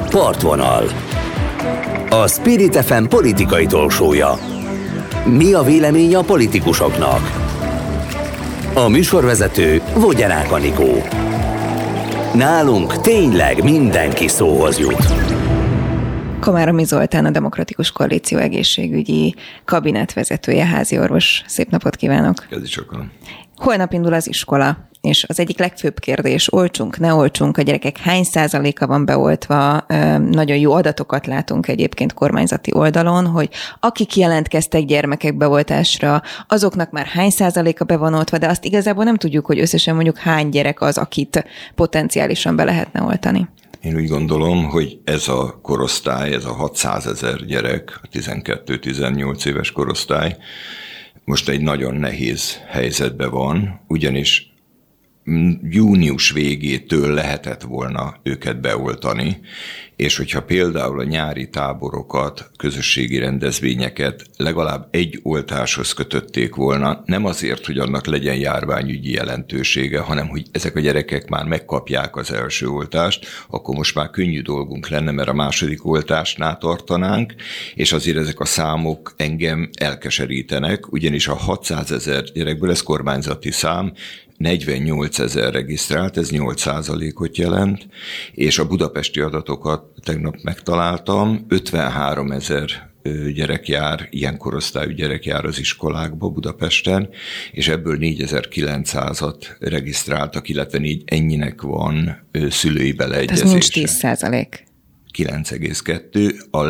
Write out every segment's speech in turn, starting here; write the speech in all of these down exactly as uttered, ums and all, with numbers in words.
Partvonal. A Spirit ef em politikai talkshow-ja. Mi a vélemény a politikusoknak? A műsorvezető Vogyarák Anikó. Nálunk tényleg mindenki szóhoz jut. Komáromi Zoltán, a Demokratikus Koalíció egészségügyi kabinetvezetője, házi orvos. Szép napot kívánok! Kezdj sokan! Holnap indul az iskola, és az egyik legfőbb kérdés, oltsunk, ne oltsunk, a gyerekek hány százaléka van beoltva, nagyon jó adatokat látunk egyébként kormányzati oldalon, hogy akik jelentkeztek gyermekek beoltásra, azoknak már hány százaléka be van oltva, de azt igazából nem tudjuk, hogy összesen mondjuk hány gyerek az, akit potenciálisan be lehetne oltani. Én úgy gondolom, hogy ez a korosztály, ez a hatszázezer gyerek, a tizenkettő-tizennyolc éves korosztály most egy nagyon nehéz helyzetben van, ugyanis június végétől lehetett volna őket beoltani, és hogyha például a nyári táborokat, közösségi rendezvényeket legalább egy oltáshoz kötötték volna, nem azért, hogy annak legyen járványügyi jelentősége, hanem hogy ezek a gyerekek már megkapják az első oltást, akkor most már könnyű dolgunk lenne, mert a második oltásnál tartanánk, és azért ezek a számok engem elkeserítenek, ugyanis a hatszázezer gyerekből, ez kormányzati szám, negyvennyolcezer regisztrált, ez nyolc százalékot jelent, és a budapesti adatokat tegnap megtaláltam, ötvenháromezer gyerek jár, ilyen korosztályú gyerek jár az iskolákba Budapesten, és ebből négyezer-kilencszázat regisztráltak, illetve négy ennyinek van szülői beleegyezése. Ez nincs tíz százalék. kilenc egész kettő. A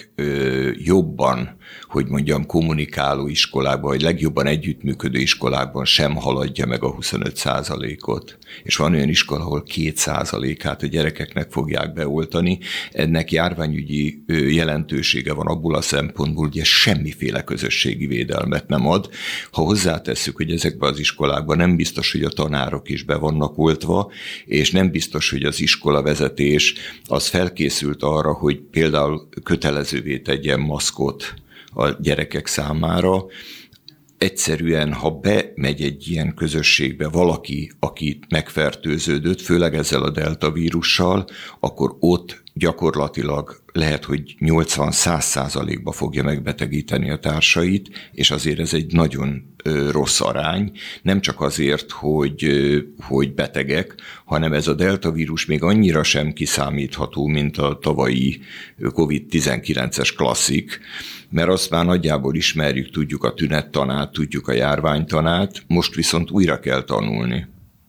legjobban, hogy mondjam, kommunikáló iskolákban, vagy legjobban együttműködő iskolákban sem haladja meg a huszonöt százalékot. És van olyan iskola, ahol két százalékát a gyerekeknek fogják beoltani. Ennek járványügyi jelentősége van abból a szempontból, hogy ez semmiféle közösségi védelmet nem ad. Ha hozzátesszük, hogy ezekben az iskolákban nem biztos, hogy a tanárok is be vannak oltva, és nem biztos, hogy az iskolavezetés az felkészült arra, hogy például kötelezővé tegyen maszkot a gyerekek számára. Egyszerűen, ha bemegy egy ilyen közösségbe valaki, aki megfertőződött, főleg ezzel a delta vírussal, akkor ott gyakorlatilag lehet, hogy nyolcvan-száz százalékba fogja megbetegíteni a társait, és azért ez egy nagyon rossz arány, nem csak azért, hogy, hogy betegek, hanem ez a delta vírus még annyira sem kiszámítható, mint a tavalyi kovid tizenkilences klasszik, mert azt már nagyjából ismerjük, tudjuk a tünettanát, tudjuk a járványtanát, most viszont újra kell tanulni.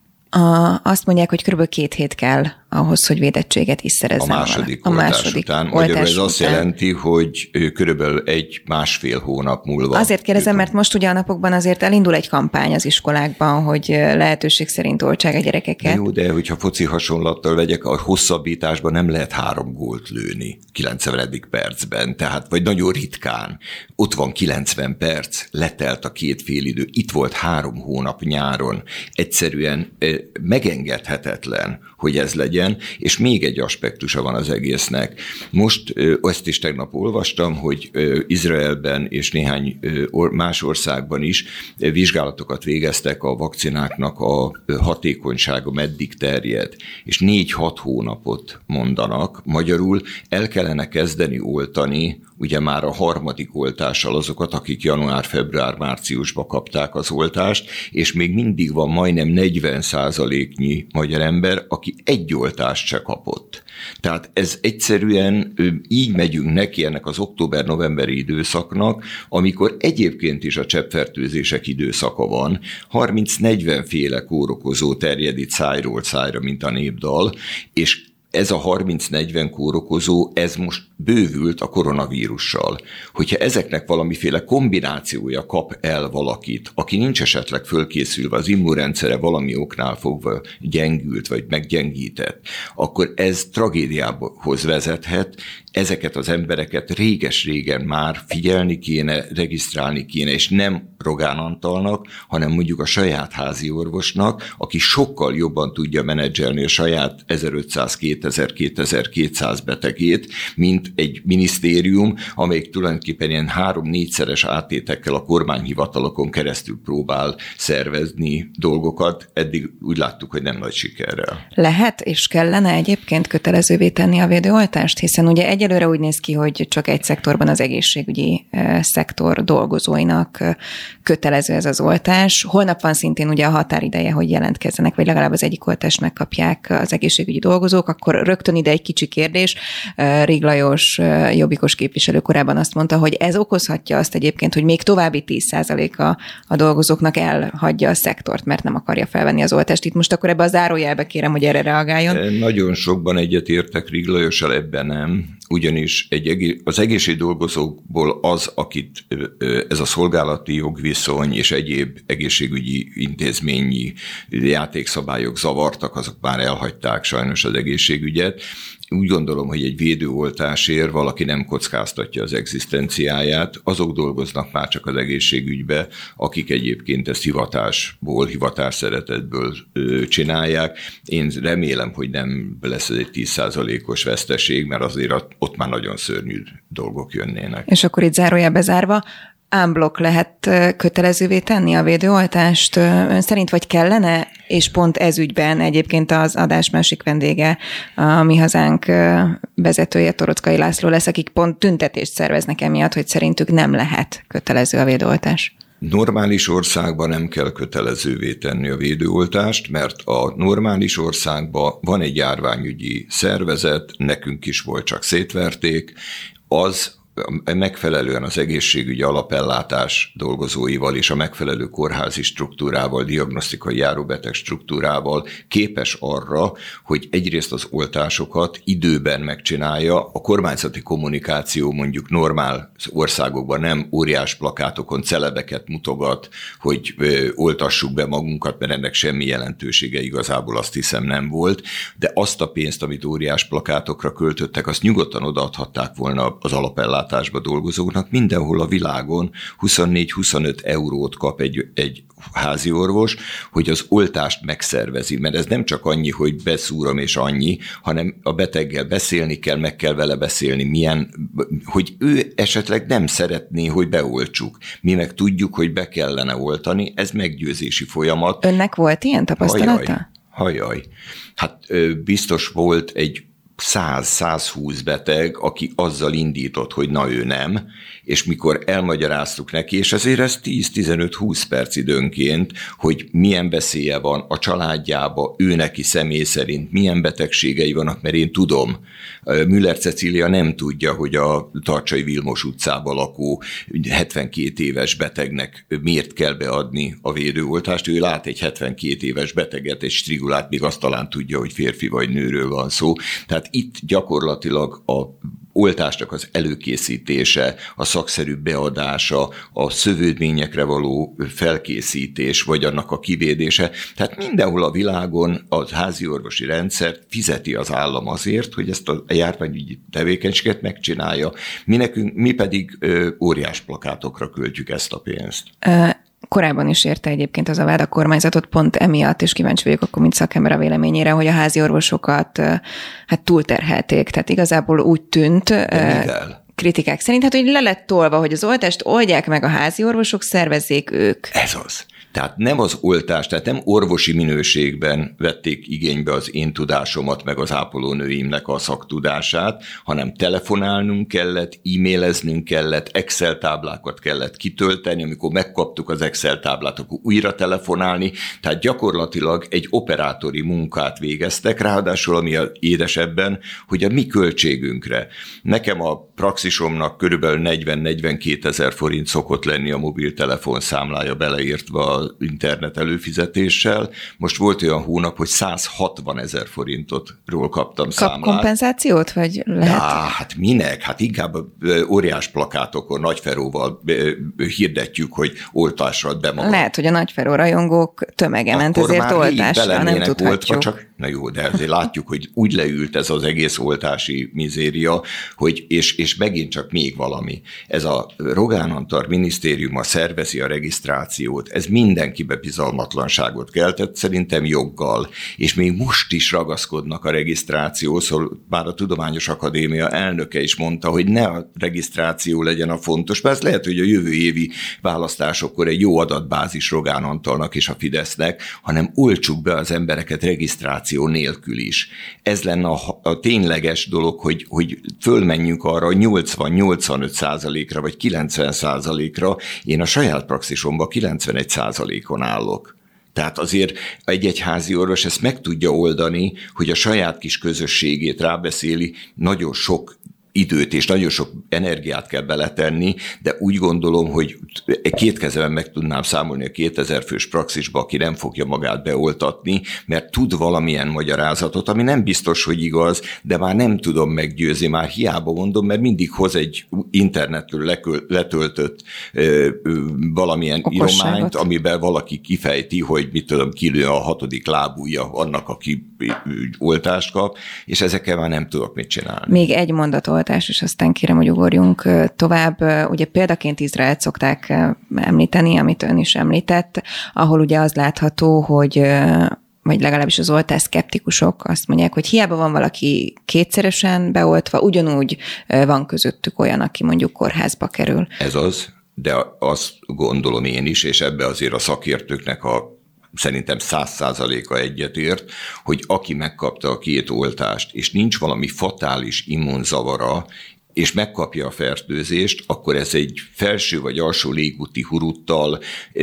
A, azt mondják, hogy kb. két hét kell ahhoz, hogy védettséget is szerezzen. A második a oltás második után. Magyarul ez azt után. jelenti, hogy körülbelül egy másfél hónap múlva. Azért kérdezem, mert most ugye a napokban azért elindul egy kampány az iskolákban, hogy lehetőség szerint oltsák a gyerekeket. Jó, de hogyha foci hasonlattal vegyek, a hosszabbításban nem lehet három gólt lőni kilencvenedik percben, tehát vagy nagyon ritkán. Ott van kilencven perc, letelt a két félidő, itt volt három hónap nyáron. Egyszerűen megengedhetetlen, hogy ez legyen, és még egy aspektusa van az egésznek. Most ezt is tegnap olvastam, hogy Izraelben és néhány más országban is vizsgálatokat végeztek a vakcináknak a hatékonysága, meddig terjed, és négy-hat hónapot mondanak. Magyarul el kellene kezdeni oltani, ugye már a harmadik oltással azokat, akik január, február, márciusban kapták az oltást, és még mindig van majdnem negyven százaléknyi magyar ember, aki egy oltást se kapott. Tehát ez egyszerűen így megyünk neki ennek az október-novemberi időszaknak, amikor egyébként is a cseppfertőzések időszaka van, harminc-negyven féle kórokozó terjed itt szájról szájra, mint a népdal, és ez a harminc-negyven kórokozó, ez most bővült a koronavírussal. Hogyha ezeknek valamiféle kombinációja kap el valakit, aki nincs esetleg fölkészülve, az immunrendszere valami oknál fogva gyengült vagy meggyengített, akkor ez tragédiához vezethet. Ezeket az embereket réges-régen már figyelni kéne, regisztrálni kéne, és nem Rogán Antalnak, hanem mondjuk a saját házi orvosnak, aki sokkal jobban tudja menedzselni a saját ezerötszáz-kétezer kétezer-kétezer-kétszáz betegét, mint egy minisztérium, amelyik tulajdonképpen ilyen három-négyszeres átétekkel a kormányhivatalokon keresztül próbál szervezni dolgokat. Eddig úgy láttuk, hogy nem nagy sikerrel. Lehet és kellene egyébként kötelezővé tenni a védőoltást, hiszen ugye egyelőre úgy néz ki, hogy csak egy szektorban, az egészségügyi szektor dolgozóinak kötelező ez az oltás. Holnap van szintén ugye a határideje, hogy jelentkezzenek, vagy legalább az egyik oltást megkapják az egészségügyi dolgozók, akkor rögtön ide egy kicsi kérdés. Rég Lajos jobbikos képviselő korábban azt mondta, hogy ez okozhatja azt egyébként, hogy még további tíz százaléka a dolgozóknak elhagyja a szektort, mert nem akarja felvenni az oltást. Itt most akkor ebbe a zárójelbe kérem, hogy erre reagáljon. Nagyon sokban egyetértek Rég Lajossal, ebben nem. Ugyanis egy, az egészségügyi dolgozókból az, akit ez a szolgálati jogviszony és egyéb egészségügyi intézményi játékszabályok zavartak, azok már elhagyták sajnos az egészségügyet. Úgy gondolom, hogy egy védőoltásért valaki nem kockáztatja az egzisztenciáját, azok dolgoznak már csak az egészségügybe, akik egyébként ezt hivatásból, hivatásszeretetből csinálják. Én remélem, hogy nem lesz ez egy tíz százalékos veszteség, mert azért ott már nagyon szörnyű dolgok jönnének. És akkor itt zárójelbe zárva, unblock lehet kötelezővé tenni a védőoltást ön szerint, vagy kellene? És pont ez ügyben egyébként az adás másik vendége, a Mi Hazánk vezetője, Torockai László lesz, akik pont tüntetést szerveznek emiatt, hogy szerintük nem lehet kötelező a védőoltás. Normális országban nem kell kötelezővé tenni a védőoltást, mert a normális országban van egy járványügyi szervezet, nekünk is volt, csak szétverték, az megfelelően az egészségügyi alapellátás dolgozóival és a megfelelő kórházi struktúrával, diagnosztikai járóbeteg struktúrával képes arra, hogy egyrészt az oltásokat időben megcsinálja. A kormányzati kommunikáció mondjuk normál országokban nem óriás plakátokon celebeket mutogat, hogy oltassuk be magunkat, mert ennek semmi jelentősége igazából azt hiszem nem volt, de azt a pénzt, amit óriás plakátokra költöttek, azt nyugodtan odaadhatták volna az alapellátásba dolgozóknak. Mindenhol a világon huszonnégy-huszonöt eurót kap egy, egy házi orvos, hogy az oltást megszervezi, mert ez nem csak annyi, hogy beszúrom és annyi, hanem a beteggel beszélni kell, meg kell vele beszélni, milyen, hogy ő esetleg nem szeretné, hogy beoltsuk. Mi meg tudjuk, hogy be kellene oltani, ez meggyőzési folyamat. Önnek volt ilyen tapasztalata? Hajaj, hajaj. Hát biztos volt egy száz-százhúsz beteg, aki azzal indított, hogy na ő nem, és mikor elmagyaráztuk neki, és ezért ez tíz-tizenöt-húsz perc időnként, hogy milyen veszélye van a családjába, ő neki személy szerint, milyen betegségei vannak, mert én tudom. Müller Cecília nem tudja, hogy a Tarcsai Vilmos utcában lakó hetvenkét éves betegnek miért kell beadni a védőoltást. Ő lát egy hetvenkét éves beteget, egy strigulát, még azt talán tudja, hogy férfi vagy nőről van szó. Tehát itt gyakorlatilag a oltásnak az előkészítése, a szakszerű beadása, a szövődményekre való felkészítés, vagy annak a kivédése. Tehát mindenhol a világon a háziorvosi rendszer fizeti az állam azért, hogy ezt a járványügyi tevékenységet megcsinálja. Mi, nekünk, mi pedig ö, óriás plakátokra költjük ezt a pénzt. Korábban is érte egyébként az a vád a kormányzatot pont emiatt, és kíváncsi vagyok akkor, mint szakember a véleményére, hogy a házi orvosokat hát túlterhelték. Tehát igazából úgy tűnt kritikák szerint, hát, hogy le lett tolva, hogy az oltást oldják meg a házi orvosok, szervezzék ők. Ez az. Tehát nem az oltás, tehát nem orvosi minőségben vették igénybe az én tudásomat, meg az ápolónőimnek a szaktudását, hanem telefonálnunk kellett, e-maileznünk kellett, Excel táblákat kellett kitölteni, amikor megkaptuk az Excel táblát, akkor újra telefonálni, tehát gyakorlatilag egy operátori munkát végeztek, ráadásul ami a édesebben, hogy a mi költségünkre. Nekem a praxisomnak körülbelül negyven-negyvenkét ezer forint szokott lenni a mobiltelefon számlája beleírtva az internet előfizetéssel. Most volt olyan hónap, hogy száz hatvan ezer forintotról kaptam számlát. Kap kompenzációt, vagy lehet? Ja, hát minek? Hát inkább óriás plakátokon Nagyferóval hirdetjük, hogy oltásra be magam. Lehet, hogy a Nagyferó rajongók tömege ment ezért oltásra, nem tudhatjuk. Oltva, csak, na jó, de azért látjuk, hogy úgy leült ez az egész oltási mizéria, hogy, és, és megint csak még valami. Ez a Rogán Antal minisztériuma szervezi a regisztrációt, ez mind mindenkibe bizalmatlanságot keltett, szerintem joggal. És még most is ragaszkodnak a regisztrációhoz, szóval bár a Tudományos Akadémia elnöke is mondta, hogy ne a regisztráció legyen a fontos, mert lehet, hogy a jövő évi választásokkor egy jó adatbázis Rogán Antalnak és a Fidesznek, hanem oltsuk be az embereket regisztráció nélkül is. Ez lenne a, a tényleges dolog, hogy, hogy fölmenjünk arra nyolcvan-nyolcvanöt százalékra vagy kilencven százalékra. Én a saját praxisomban kilencvenegy százalékon állok. Tehát azért egy-egy házi orvos ezt meg tudja oldani, hogy a saját kis közösségét rábeszéli, nagyon sok időt és nagyon sok energiát kell beletenni, de úgy gondolom, hogy két kezemben meg tudnám számolni a kétezer fős praxisba, aki nem fogja magát beoltatni, mert tud valamilyen magyarázatot, ami nem biztos, hogy igaz, de már nem tudom meggyőzni, már hiába mondom, mert mindig hoz egy internetről letöltött ö, ö, valamilyen okosságot, írományt, amiben valaki kifejti, hogy mit tudom, kilő a hatodik lábúja annak, aki oltást kap, és ezekkel már nem tudok mit csinálni. Még egy mondatoltás, és aztán kérem, hogy ugorjunk tovább. Ugye példaként Izraelt szokták említeni, amit ön is említett, ahol ugye az látható, hogy vagy legalábbis az oltás szkeptikusok azt mondják, hogy hiába van valaki kétszeresen beoltva, ugyanúgy van közöttük olyan, aki mondjuk kórházba kerül. Ez az, de azt gondolom én is, és ebbe azért a szakértőknek a szerintem száz százaléka egyetért, hogy aki megkapta a két oltást, és nincs valami fatális immunzavara, és megkapja a fertőzést, akkor ez egy felső vagy alsó légúti huruttal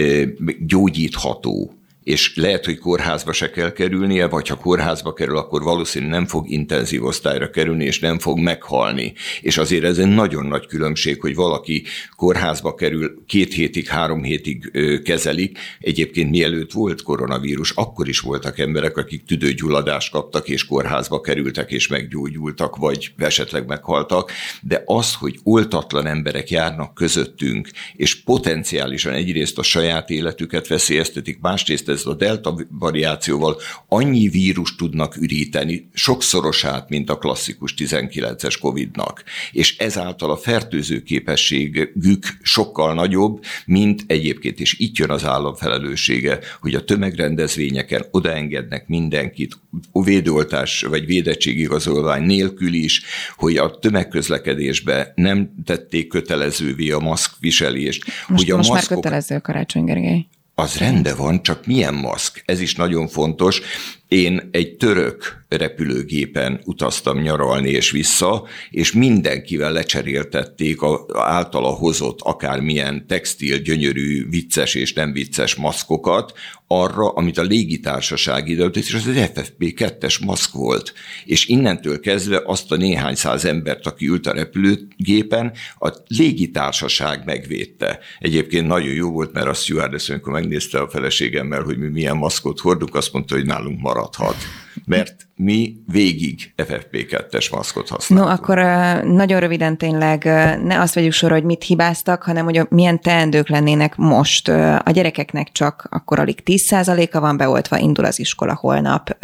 gyógyítható. És lehet, hogy kórházba se kell kerülnie, vagy ha kórházba kerül, akkor valószínűleg nem fog intenzív osztályra kerülni, és nem fog meghalni. És azért ez egy nagyon nagy különbség, hogy valaki kórházba kerül, két hétig, három hétig ö, kezelik. Egyébként mielőtt volt koronavírus, akkor is voltak emberek, akik tüdőgyulladást kaptak, és kórházba kerültek, és meggyógyultak, vagy esetleg meghaltak. De az, hogy oltatlan emberek járnak közöttünk, és potenciálisan egyrészt a saját életüket veszélyeztetik, másrészt ez a delta variációval annyi vírus tudnak üríteni, sokszorosát, mint a klasszikus tizenkilences Covidnak. És ezáltal a fertőző képességük sokkal nagyobb, mint egyébként, és itt jön az állam felelőssége, hogy a tömegrendezvényeken odaengednek mindenkit, védőoltás vagy védettségigazolvány nélkül is, hogy a tömegközlekedésbe nem tették kötelezővé a maszkviselést. Most, hogy a most maszkok... már kötelező, Karácsony Gergely. Az rendben van, csak milyen maszk? Ez is nagyon fontos. Én egy török repülőgépen utaztam nyaralni és vissza, és mindenkivel lecseréltették az általa hozott akármilyen textil, gyönyörű, vicces és nem vicces maszkokat arra, amit a légitársaság időt, és az egy ef ef pé kettes maszk volt. És innentől kezdve azt a néhány száz embert, aki ült a repülőgépen, a légitársaság megvédte. Egyébként nagyon jó volt, mert a stewardess, amikor megnézte a feleségemmel, hogy mi milyen maszkot hordunk, azt mondta, hogy nálunk maradhat. Mert mi végig ef ef pé kettes maszkot használtunk. No, akkor nagyon röviden tényleg ne azt vegyük sorra, hogy mit hibáztak, hanem hogy milyen teendők lennének most. A gyerekeknek csak akkor alig tíz százaléka van beoltva, indul az iskola holnap.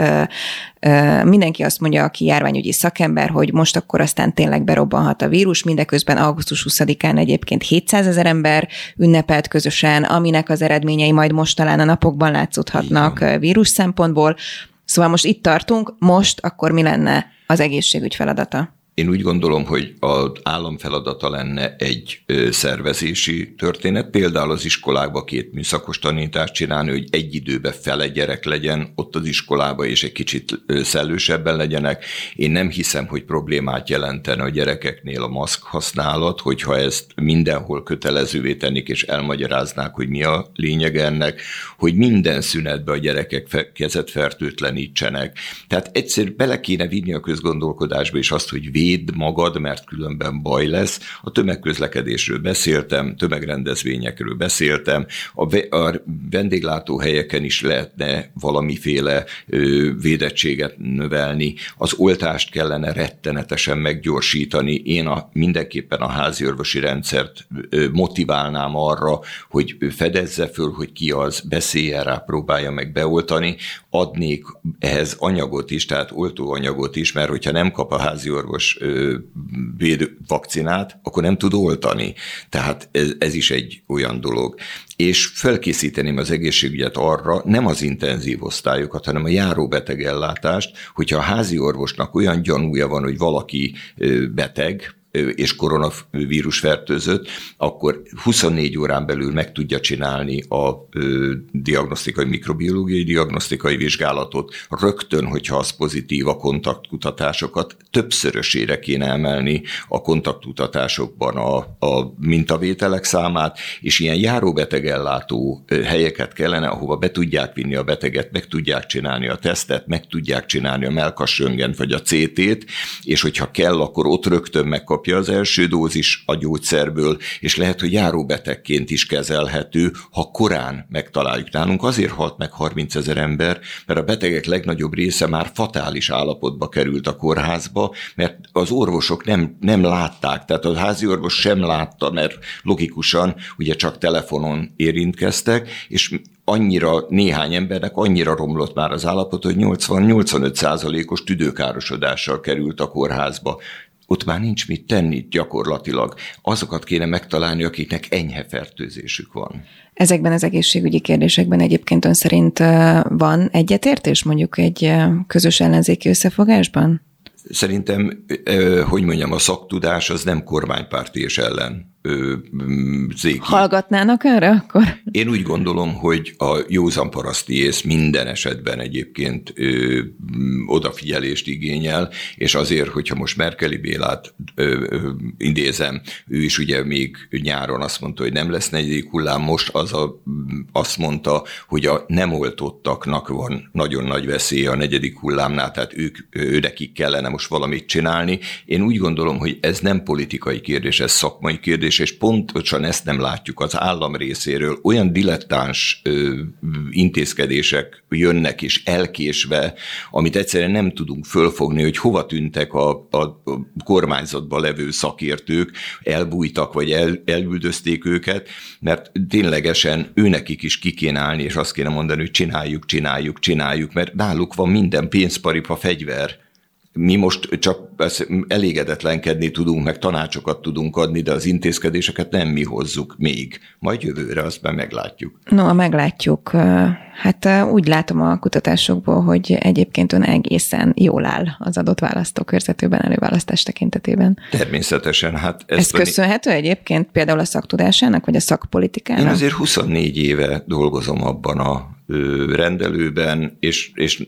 Mindenki azt mondja, aki járványügyi szakember, hogy most akkor aztán tényleg berobbanhat a vírus, mindeközben augusztus huszadikán egyébként hétszázezer ember ünnepelt közösen, aminek az eredményei majd most talán a napokban látszódhatnak vírus szempontból. Szóval most itt tartunk, most akkor mi lenne az egészségügy feladata? Én úgy gondolom, hogy az állam feladata lenne egy szervezési történet, például az iskolákba két műszakos tanítást csinálni, hogy egy időben fele gyerek legyen ott az iskolába, és egy kicsit szellősebben legyenek. Én nem hiszem, hogy problémát jelentene a gyerekeknél a maszk használat, hogyha ezt mindenhol kötelezővé tennék, és elmagyaráznák, hogy mi a lényeg ennek, hogy minden szünetben a gyerekek kezet fertőtlenítsenek. Tehát egyszer bele kéne vinni a közgondolkodásba is azt, hogy védd magad, mert különben baj lesz. A tömegközlekedésről beszéltem, tömegrendezvényekről beszéltem, a, a vendéglátóhelyeken is lehetne valamiféle ö, védettséget növelni, az oltást kellene rettenetesen meggyorsítani. Én a, mindenképpen a háziorvosi rendszert ö, motiválnám arra, hogy fedezze föl, hogy ki az, beszéljen rá, próbálja meg beoltani, adnék ehhez anyagot is, tehát oltóanyagot is, mert hogyha nem kap a háziorvos összes védővakcinát, akkor nem tud oltani. Tehát ez, ez is egy olyan dolog. És felkészíteném az egészségügyet arra, nem az intenzív osztályokat, hanem a járóbetegellátást, hogyha a házi orvosnak olyan gyanúja van, hogy valaki beteg, és koronavírus fertőzött, akkor huszonnégy órán belül meg tudja csinálni a ö, diagnosztikai, mikrobiológiai diagnosztikai vizsgálatot. Rögtön, hogyha az pozitív, a kontaktkutatásokat többszörösére kéne emelni a kontaktkutatásokban a, a mintavételek számát, és ilyen járóbetegellátó helyeket kellene, ahova be tudják vinni a beteget, meg tudják csinálni a tesztet, meg tudják csinálni a mellkasröntgent vagy a cé tét, és hogyha kell, akkor ott rögtön megkapják az első dózis a gyógyszerből, és lehet, hogy járóbetegként is kezelhető, ha korán megtaláljuk. Nálunk azért halt meg harmincezer ember, mert a betegek legnagyobb része már fatális állapotba került a kórházba, mert az orvosok nem, nem látták, tehát a házi orvos sem látta, mert logikusan ugye csak telefonon érintkeztek, és annyira néhány embernek annyira romlott már az állapot, hogy nyolcvan-nyolcvanöt százalékos tüdőkárosodással került a kórházba. Ott már nincs mit tenni gyakorlatilag. Azokat kéne megtalálni, akiknek enyhe fertőzésük van. Ezekben az egészségügyi kérdésekben egyébként ön szerint van egyetértés mondjuk egy közös ellenzéki összefogásban? Szerintem, hogy mondjam, a szaktudás az nem kormánypárti és ellen. Zéki. Hallgatnának erre akkor? Én úgy gondolom, hogy a józan paraszti ész minden esetben egyébként ö, odafigyelést igényel, és azért, hogyha most Merkeli Bélát ö, ö, idézem, ő is ugye még nyáron azt mondta, hogy nem lesz negyedik hullám, most az a, azt mondta, hogy a nem oltottaknak van nagyon nagy veszélye a negyedik hullámnál, tehát ők, ő nekik kellene most valamit csinálni. Én úgy gondolom, hogy ez nem politikai kérdés, ez szakmai kérdés, és pontosan ezt nem látjuk az állam részéről. Olyan dilettáns ö, intézkedések jönnek és elkésve, amit egyszerűen nem tudunk fölfogni, hogy hova tűntek a, a, a kormányzatban levő szakértők, elbújtak vagy el, elüldözték őket, mert ténylegesen őnekik is ki kéne állni, és azt kéne mondani, hogy csináljuk, csináljuk, csináljuk, mert náluk van minden pénzparipa, fegyver. Mi most csak elégedetlenkedni tudunk, meg tanácsokat tudunk adni, de az intézkedéseket nem mi hozzuk még. Majd jövőre azt már meglátjuk. No, meglátjuk. Hát úgy látom a kutatásokból, hogy egyébként ön egészen jól áll az adott választókörzetőben, előválasztás tekintetében. Természetesen. Hát Ez köszönhető egyébként például a szaktudásának, vagy a szakpolitikának? Én azért huszonnégy éve dolgozom abban a rendelőben, és, és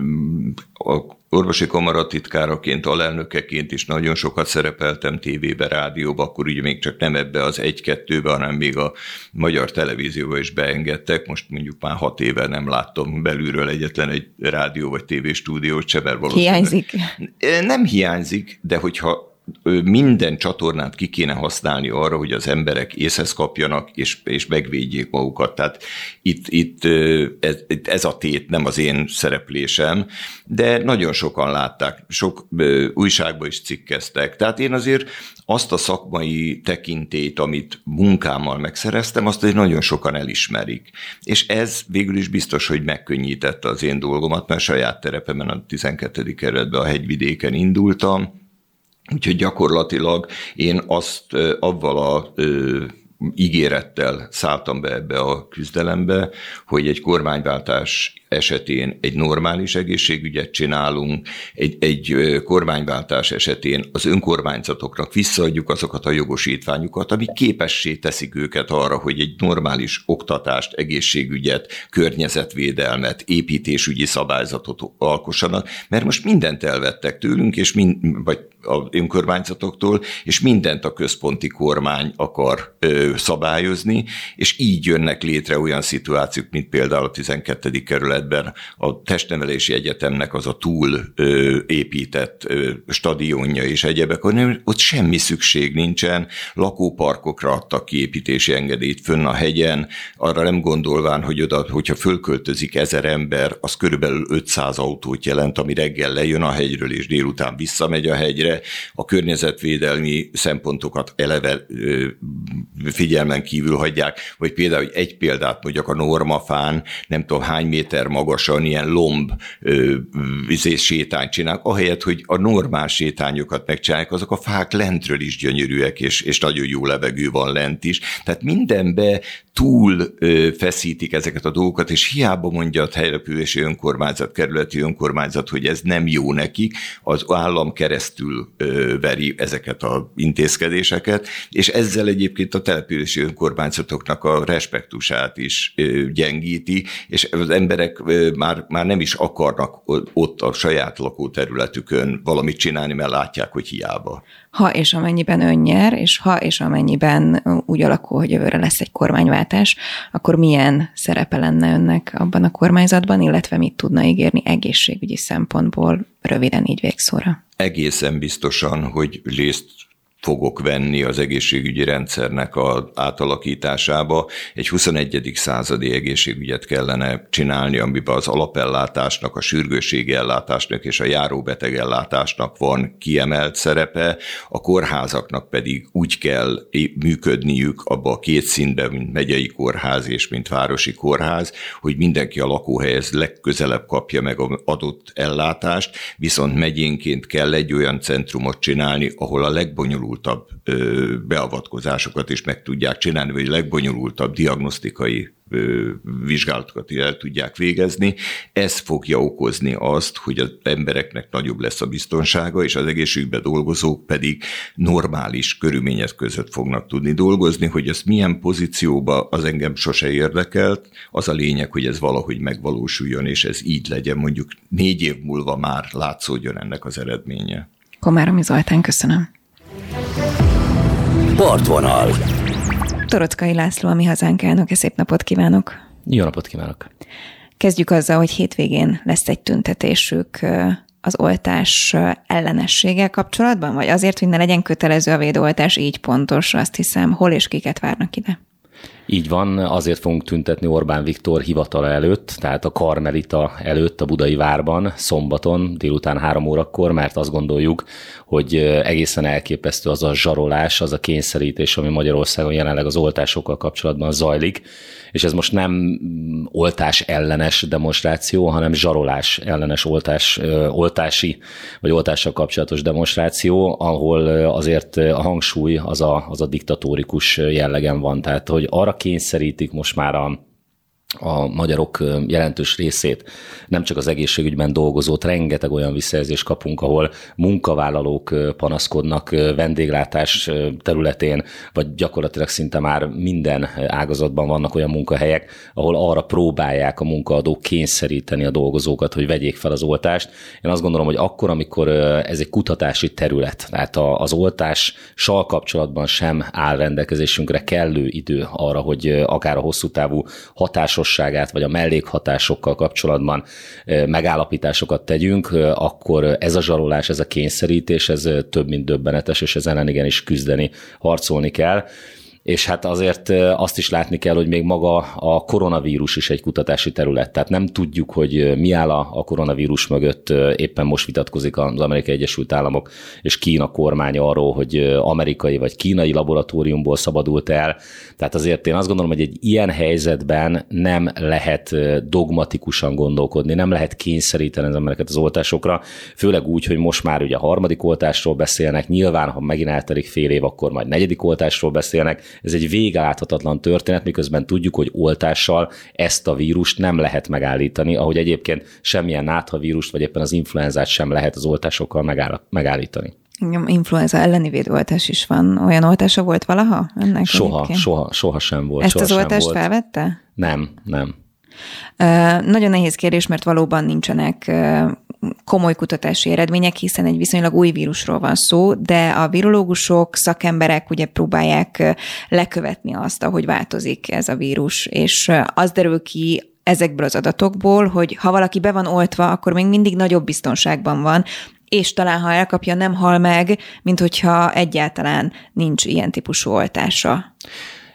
a orvosi kamaratitkáraként, alelnökeként is nagyon sokat szerepeltem tévébe, rádióba, akkor ugye még csak nem ebbe az egy-kettőbe, hanem még a magyar televízióba is beengedtek. Most mondjuk már hat éve nem láttam belülről egyetlen egy rádió vagy tévéstúdiót se, mert valószínűleg... Hiányzik? Nem hiányzik, de hogyha minden csatornát ki kéne használni arra, hogy az emberek észhez kapjanak, és, és megvédjék magukat. Tehát itt, itt ez, ez a tét nem az én szereplésem, de nagyon sokan látták, sok újságban is cikkeztek. Tehát én azért azt a szakmai tekintélyt, amit munkámmal megszereztem, azt azért nagyon sokan elismerik. És ez végül is biztos, hogy megkönnyítette az én dolgomat, mert saját terepemen a tizenkettedik kerületben a hegyvidéken indultam. Úgyhogy gyakorlatilag én azt avval a ö, ígérettel szálltam be ebbe a küzdelembe, hogy egy kormányváltás esetén egy normális egészségügyet csinálunk, egy, egy kormányváltás esetén az önkormányzatoknak visszaadjuk azokat a jogosítványokat, amik képessé teszik őket arra, hogy egy normális oktatást, egészségügyet, környezetvédelmet, építésügyi szabályzatot alkossanak, mert most mindent elvettek tőlünk, és mind, vagy az önkormányzatoktól, és mindent a központi kormány akar ö, szabályozni, és így jönnek létre olyan szituációk, mint például a tizenkettedik kerületben a testnevelési egyetemnek az a túl ö, épített ö, stadionja és egyebek, hanem ott semmi szükség nincsen, lakóparkokra adtak ki építési engedélyt fönn a hegyen, arra nem gondolván, hogy oda, hogyha fölköltözik ezer ember, az körülbelül ötszáz autót jelent, ami reggel lejön a hegyről, és délután visszamegy a hegyre. A környezetvédelmi szempontokat eleve ö, figyelmen kívül hagyják, vagy például, hogy egy példát mondjak, a normafán, nem tudom hány méter magasan, ilyen lomb ö, sétányt csinálnak, ahelyett, hogy a normál sétányokat megcsinálják, azok a fák lentről is gyönyörűek, és, és nagyon jó levegő van lent is. Tehát mindenbe túl ö, feszítik ezeket a dolgokat, és hiába mondja a települési önkormányzat, kerületi önkormányzat, hogy ez nem jó nekik, az állam keresztül ö, veri ezeket az intézkedéseket, és ezzel egyébként a települési önkormányzatoknak a respektusát is ö, gyengíti, és az emberek ö, már, már nem is akarnak ott a saját lakóterületükön valamit csinálni, mert látják, hogy hiába. Ha és amennyiben ön nyer, és ha és amennyiben úgy alakul, hogy jövőre lesz egy kormányváltás, akkor milyen szerepe lenne önnek abban a kormányzatban, illetve mit tudna ígérni egészségügyi szempontból röviden így végszóra? Egészen biztosan, hogy részt fogok venni az egészségügyi rendszernek az átalakításába. Egy huszonegyedik századi egészségügyet kellene csinálni, amiben az alapellátásnak, a sürgősségi ellátásnak és a járóbeteg ellátásnak van kiemelt szerepe, a kórházaknak pedig úgy kell működniük abba a két szintben, mint megyei kórház és mint városi kórház, hogy mindenki a lakóhelyhez legközelebb kapja meg az adott ellátást, viszont megyénként kell egy olyan centrumot csinálni, ahol a legbonyolultabb beavatkozásokat is meg tudják csinálni, vagy legbonyolultabb diagnosztikai vizsgálatokat el tudják végezni. Ez fogja okozni azt, hogy az embereknek nagyobb lesz a biztonsága, és az egészségügyben dolgozók pedig normális körülmények között fognak tudni dolgozni, hogy ez milyen pozícióba, az engem sose érdekelt. Az a lényeg, hogy ez valahogy megvalósuljon, és ez így legyen, mondjuk négy év múlva már látszódjon ennek az eredménye. Komáromi Zoltán, köszönöm. Partvonal. Torockai László, a Mi Hazánk elnöke, szép napot kívánok! Jó napot kívánok! Kezdjük azzal, hogy hétvégén lesz egy tüntetésük az oltás ellenességgel kapcsolatban, vagy azért, hogy ne legyen kötelező a védőoltás, így pontos, azt hiszem. Hol és kiket várnak ide? Így van, azért fogunk tüntetni Orbán Viktor hivatala előtt, tehát a Karmelita előtt a Budai Várban, szombaton, délután három órakor, mert azt gondoljuk, hogy egészen elképesztő az a zsarolás, az a kényszerítés, ami Magyarországon jelenleg az oltásokkal kapcsolatban zajlik, és ez most nem oltás ellenes demonstráció, hanem zsarolás ellenes oltás, oltási vagy oltással kapcsolatos demonstráció, ahol azért a hangsúly az a, az a diktatórikus jellegen van, tehát hogy arra kényszerítik most már a a magyarok jelentős részét, nem csak az egészségügyben dolgozót, rengeteg olyan visszajelzést kapunk, ahol munkavállalók panaszkodnak vendéglátás területén, vagy gyakorlatilag szinte már minden ágazatban vannak olyan munkahelyek, ahol arra próbálják a munkaadók kényszeríteni a dolgozókat, hogy vegyék fel az oltást. Én azt gondolom, hogy akkor, amikor ez egy kutatási terület, tehát az oltással kapcsolatban sem áll rendelkezésünkre kellő idő arra, hogy akár a hosszú távú hatásos vagy a mellékhatásokkal kapcsolatban megállapításokat tegyünk, akkor ez a zsarolás, ez a kényszerítés, ez több mint döbbenetes, és ezen ellen igenis küzdeni, harcolni kell. És hát azért azt is látni kell, hogy még maga a koronavírus is egy kutatási terület. Tehát nem tudjuk, hogy mi áll a koronavírus mögött. Éppen most vitatkozik az Amerikai Egyesült Államok és Kína kormánya arról, hogy amerikai vagy kínai laboratóriumból szabadult el. Tehát azért én azt gondolom, hogy egy ilyen helyzetben nem lehet dogmatikusan gondolkodni, nem lehet kényszeríteni az embereket az oltásokra, főleg úgy, hogy most már ugye a harmadik oltásról beszélnek, nyilván, ha megint eltelik fél év, akkor majd negyedik oltásról beszélnek. Ez egy végeláthatatlan történet, miközben tudjuk, hogy oltással ezt a vírust nem lehet megállítani, ahogy egyébként semmilyen náthavírust, vagy éppen az influenzát sem lehet az oltásokkal megállítani. Influenza elleni védőoltás is van. Olyan oltása volt valaha ennek? Soha, soha, soha sem volt. Ezt soha az oltást volt. felvette? Nem, nem. Uh, nagyon nehéz kérdés, mert valóban nincsenek uh, komoly kutatási eredmények, hiszen egy viszonylag új vírusról van szó, de a virológusok, szakemberek ugye próbálják uh, lekövetni azt, ahogy változik ez a vírus, és uh, az derül ki ezekből az adatokból, hogy ha valaki be van oltva, akkor még mindig nagyobb biztonságban van, és talán ha elkapja, nem hal meg, mint hogyha egyáltalán nincs ilyen típusú oltása.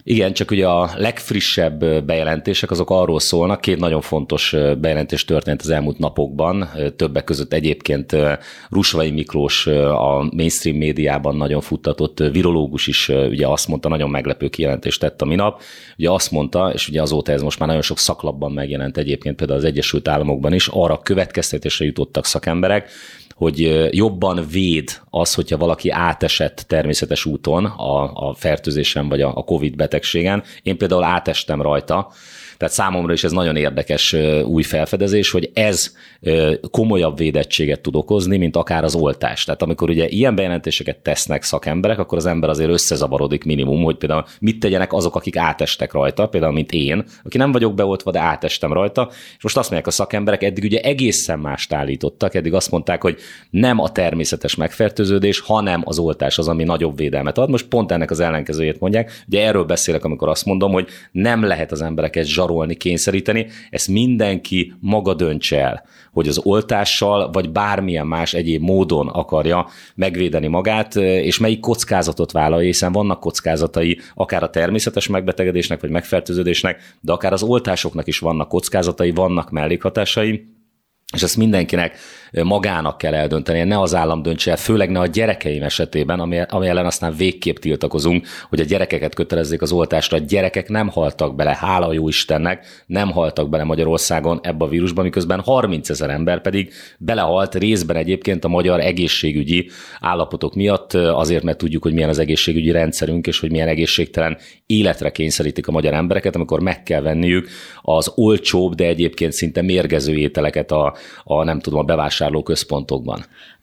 Igen, csak ugye a legfrissebb bejelentések azok arról szólnak, két nagyon fontos bejelentés történt az elmúlt napokban, többek között egyébként Rusvai Miklós, a mainstream médiában nagyon futtatott virológus is ugye azt mondta, nagyon meglepő kijelentést tett a minap, ugye azt mondta, és ugye azóta ez most már nagyon sok szaklapban megjelent egyébként, például az Egyesült Államokban is, arra következtetésre jutottak szakemberek, hogy jobban véd az, hogyha valaki átesett természetes úton a, a fertőzésen vagy a, a Covid betegségen. Én például átestem rajta, tehát számomra is ez nagyon érdekes új felfedezés, hogy ez komolyabb védettséget tud okozni, mint akár az oltás. Tehát amikor ugye ilyen bejelentéseket tesznek szakemberek, akkor az ember azért összezavarodik minimum, hogy például mit tegyenek azok, akik átestek rajta, például mint én, aki nem vagyok beoltva, de átestem rajta, és most azt mondják a szakemberek, eddig ugye egészen mást állítottak, eddig azt mondták, hogy nem a természetes megfertőződés, hanem az oltás az, ami nagyobb védelmet ad. Most pont ennek az ellenkezőjét mondják. Ugye erről beszélek, amikor azt mondom, hogy nem lehet az embereket zsarolni, kényszeríteni, ezt mindenki maga döntse el, hogy az oltással, vagy bármilyen más egyéb módon akarja megvédeni magát, és melyik kockázatot vállalja, hiszen vannak kockázatai akár a természetes megbetegedésnek, vagy megfertőződésnek, de akár az oltásoknak is vannak kockázatai, vannak mellékhatásai, és ezt mindenkinek magának kell eldöntenie, ne az állam döntse el, főleg ne a gyerekeim esetében, ami, ami ellen aztán végképp tiltakozunk, hogy a gyerekeket kötelezzék az oltásra. A gyerekek nem haltak bele, hála jó Istennek, nem haltak bele Magyarországon ebbe a vírusba, miközben harmincezer ember pedig belehalt részben egyébként a magyar egészségügyi állapotok miatt, azért, mert tudjuk, hogy milyen az egészségügyi rendszerünk, és hogy milyen egészségtelen életre kényszerítik a magyar embereket, amikor meg kell venniük az olcsóbb, de egyébként szinte mérgező ételeket a, a nem tudom, a bevásárlóközpontokban.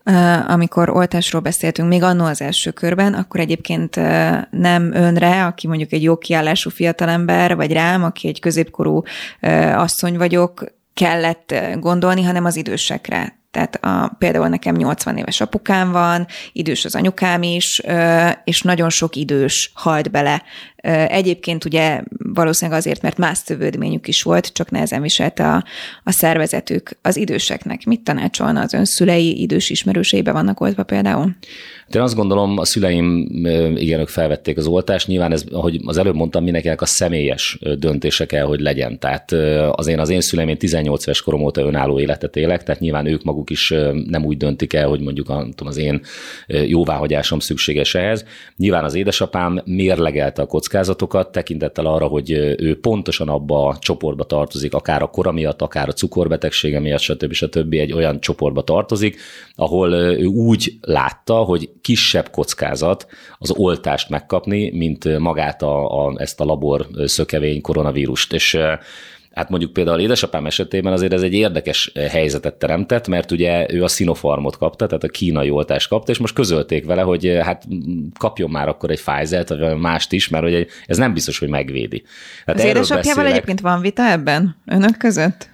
Amikor oltásról beszéltünk még annó az első körben, akkor egyébként nem önre, aki mondjuk egy jó kiállású fiatalember, vagy rám, aki egy középkorú asszony vagyok, kellett gondolni, hanem az idősekre. Tehát a, például nekem nyolcvan éves apukám van, idős az anyukám is, és nagyon sok idős halt bele. Egyébként ugye valószínűleg azért, mert más szövődményük is volt, csak nehezen viselte a, a szervezetük. Az időseknek mit tanácsolna, az ön szülei, idős ismerőseibe vannak oltva például? Én azt gondolom, a szüleim, igen, ők felvették az oltást. Nyilván ez, ahogy az előbb mondtam, mindenkinek a személyes döntése kell, hogy legyen. Tehát az én, az én szüleim, én tizennyolc éves korom óta önálló életet élek, tehát nyilván ők maguk is nem úgy döntik el, hogy mondjuk a, tudom, az én jóváhagyásom szükséges ehhez. Nyilván az édesapám mérlegelte a kockázatokat, tekintettel arra, hogy ő pontosan abba a csoportba tartozik, akár a kora miatt, akár a cukorbetegsége miatt, stb. stb. Egy olyan csoportba tartozik, ahol ő úgy látta, hogy kisebb kockázat az oltást megkapni, mint magát a, a, ezt a labor szökevény koronavírust. És hát mondjuk például édesapám esetében azért ez egy érdekes helyzetet teremtett, mert ugye ő a Sinopharmot kapta, tehát a kínai oltást kapta, és most közölték vele, hogy hát kapjon már akkor egy Pfizert, vagy mást is, mert hogy ez nem biztos, hogy megvédi. Hát az édesapjával beszélek. Egyébként van vita ebben önök között?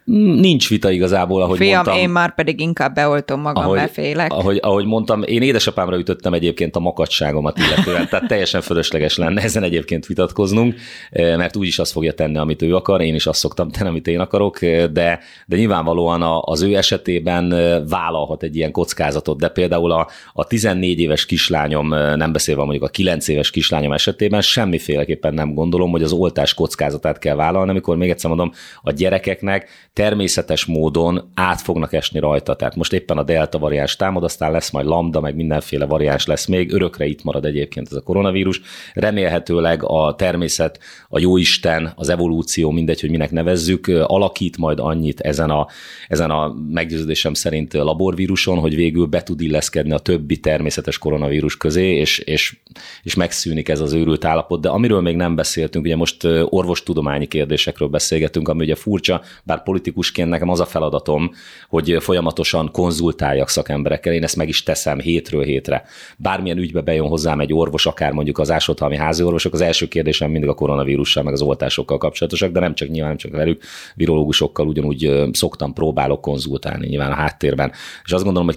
Nincs vita igazából, ahogy Fiam, mondtam. én már pedig inkább beoltom magam, ahogy, mert félek. Ahogy, ahogy mondtam, én édesapámra ütöttem egyébként a makacságomat illetően, tehát teljesen fölösleges lenne ezen egyébként vitatkoznunk, mert úgyis azt fogja tenni, amit ő akar, én is azt szoktam tenni, amit én akarok, de, de nyilvánvalóan az ő esetében vállalhat egy ilyen kockázatot, de például a, a tizennégy éves kislányom, nem beszélve mondjuk a kilenc éves kislányom esetében semmiféleképpen nem gondolom, hogy az oltás kockázatát kell vállalni, amikor még egyszer mondom, a gyerekeknek természetes módon át fognak esni rajta. Tehát most éppen a delta variáns támad, aztán lesz majd lambda, meg mindenféle variáns lesz még, örökre itt marad egyébként ez a koronavírus. Remélhetőleg a természet, a jóisten, az evolúció, mindegy, hogy minek nevezzük, alakít majd annyit ezen a, ezen a meggyőződésem szerint laborvíruson, hogy végül be tud illeszkedni a többi természetes koronavírus közé, és, és, és megszűnik ez az őrült állapot. De amiről még nem beszéltünk, ugye most orvostudományi kérdésekről beszélgetünk, ami ugye furcsa, bár politikusként nekem az a feladatom, hogy folyamatosan konzultáljak szakemberekkel, én ezt meg is teszem hétről hétre. Bármilyen ügybe bejön hozzám egy orvos, akár mondjuk az ásóthalmi házi orvosok, az első kérdésem mindig a koronavírussal, meg az oltásokkal kapcsolatosak, de nem csak nyilván, nem csak velük, virológusokkal ugyanúgy szoktam, próbálok konzultálni nyilván a háttérben. És azt gondolom, hogy kell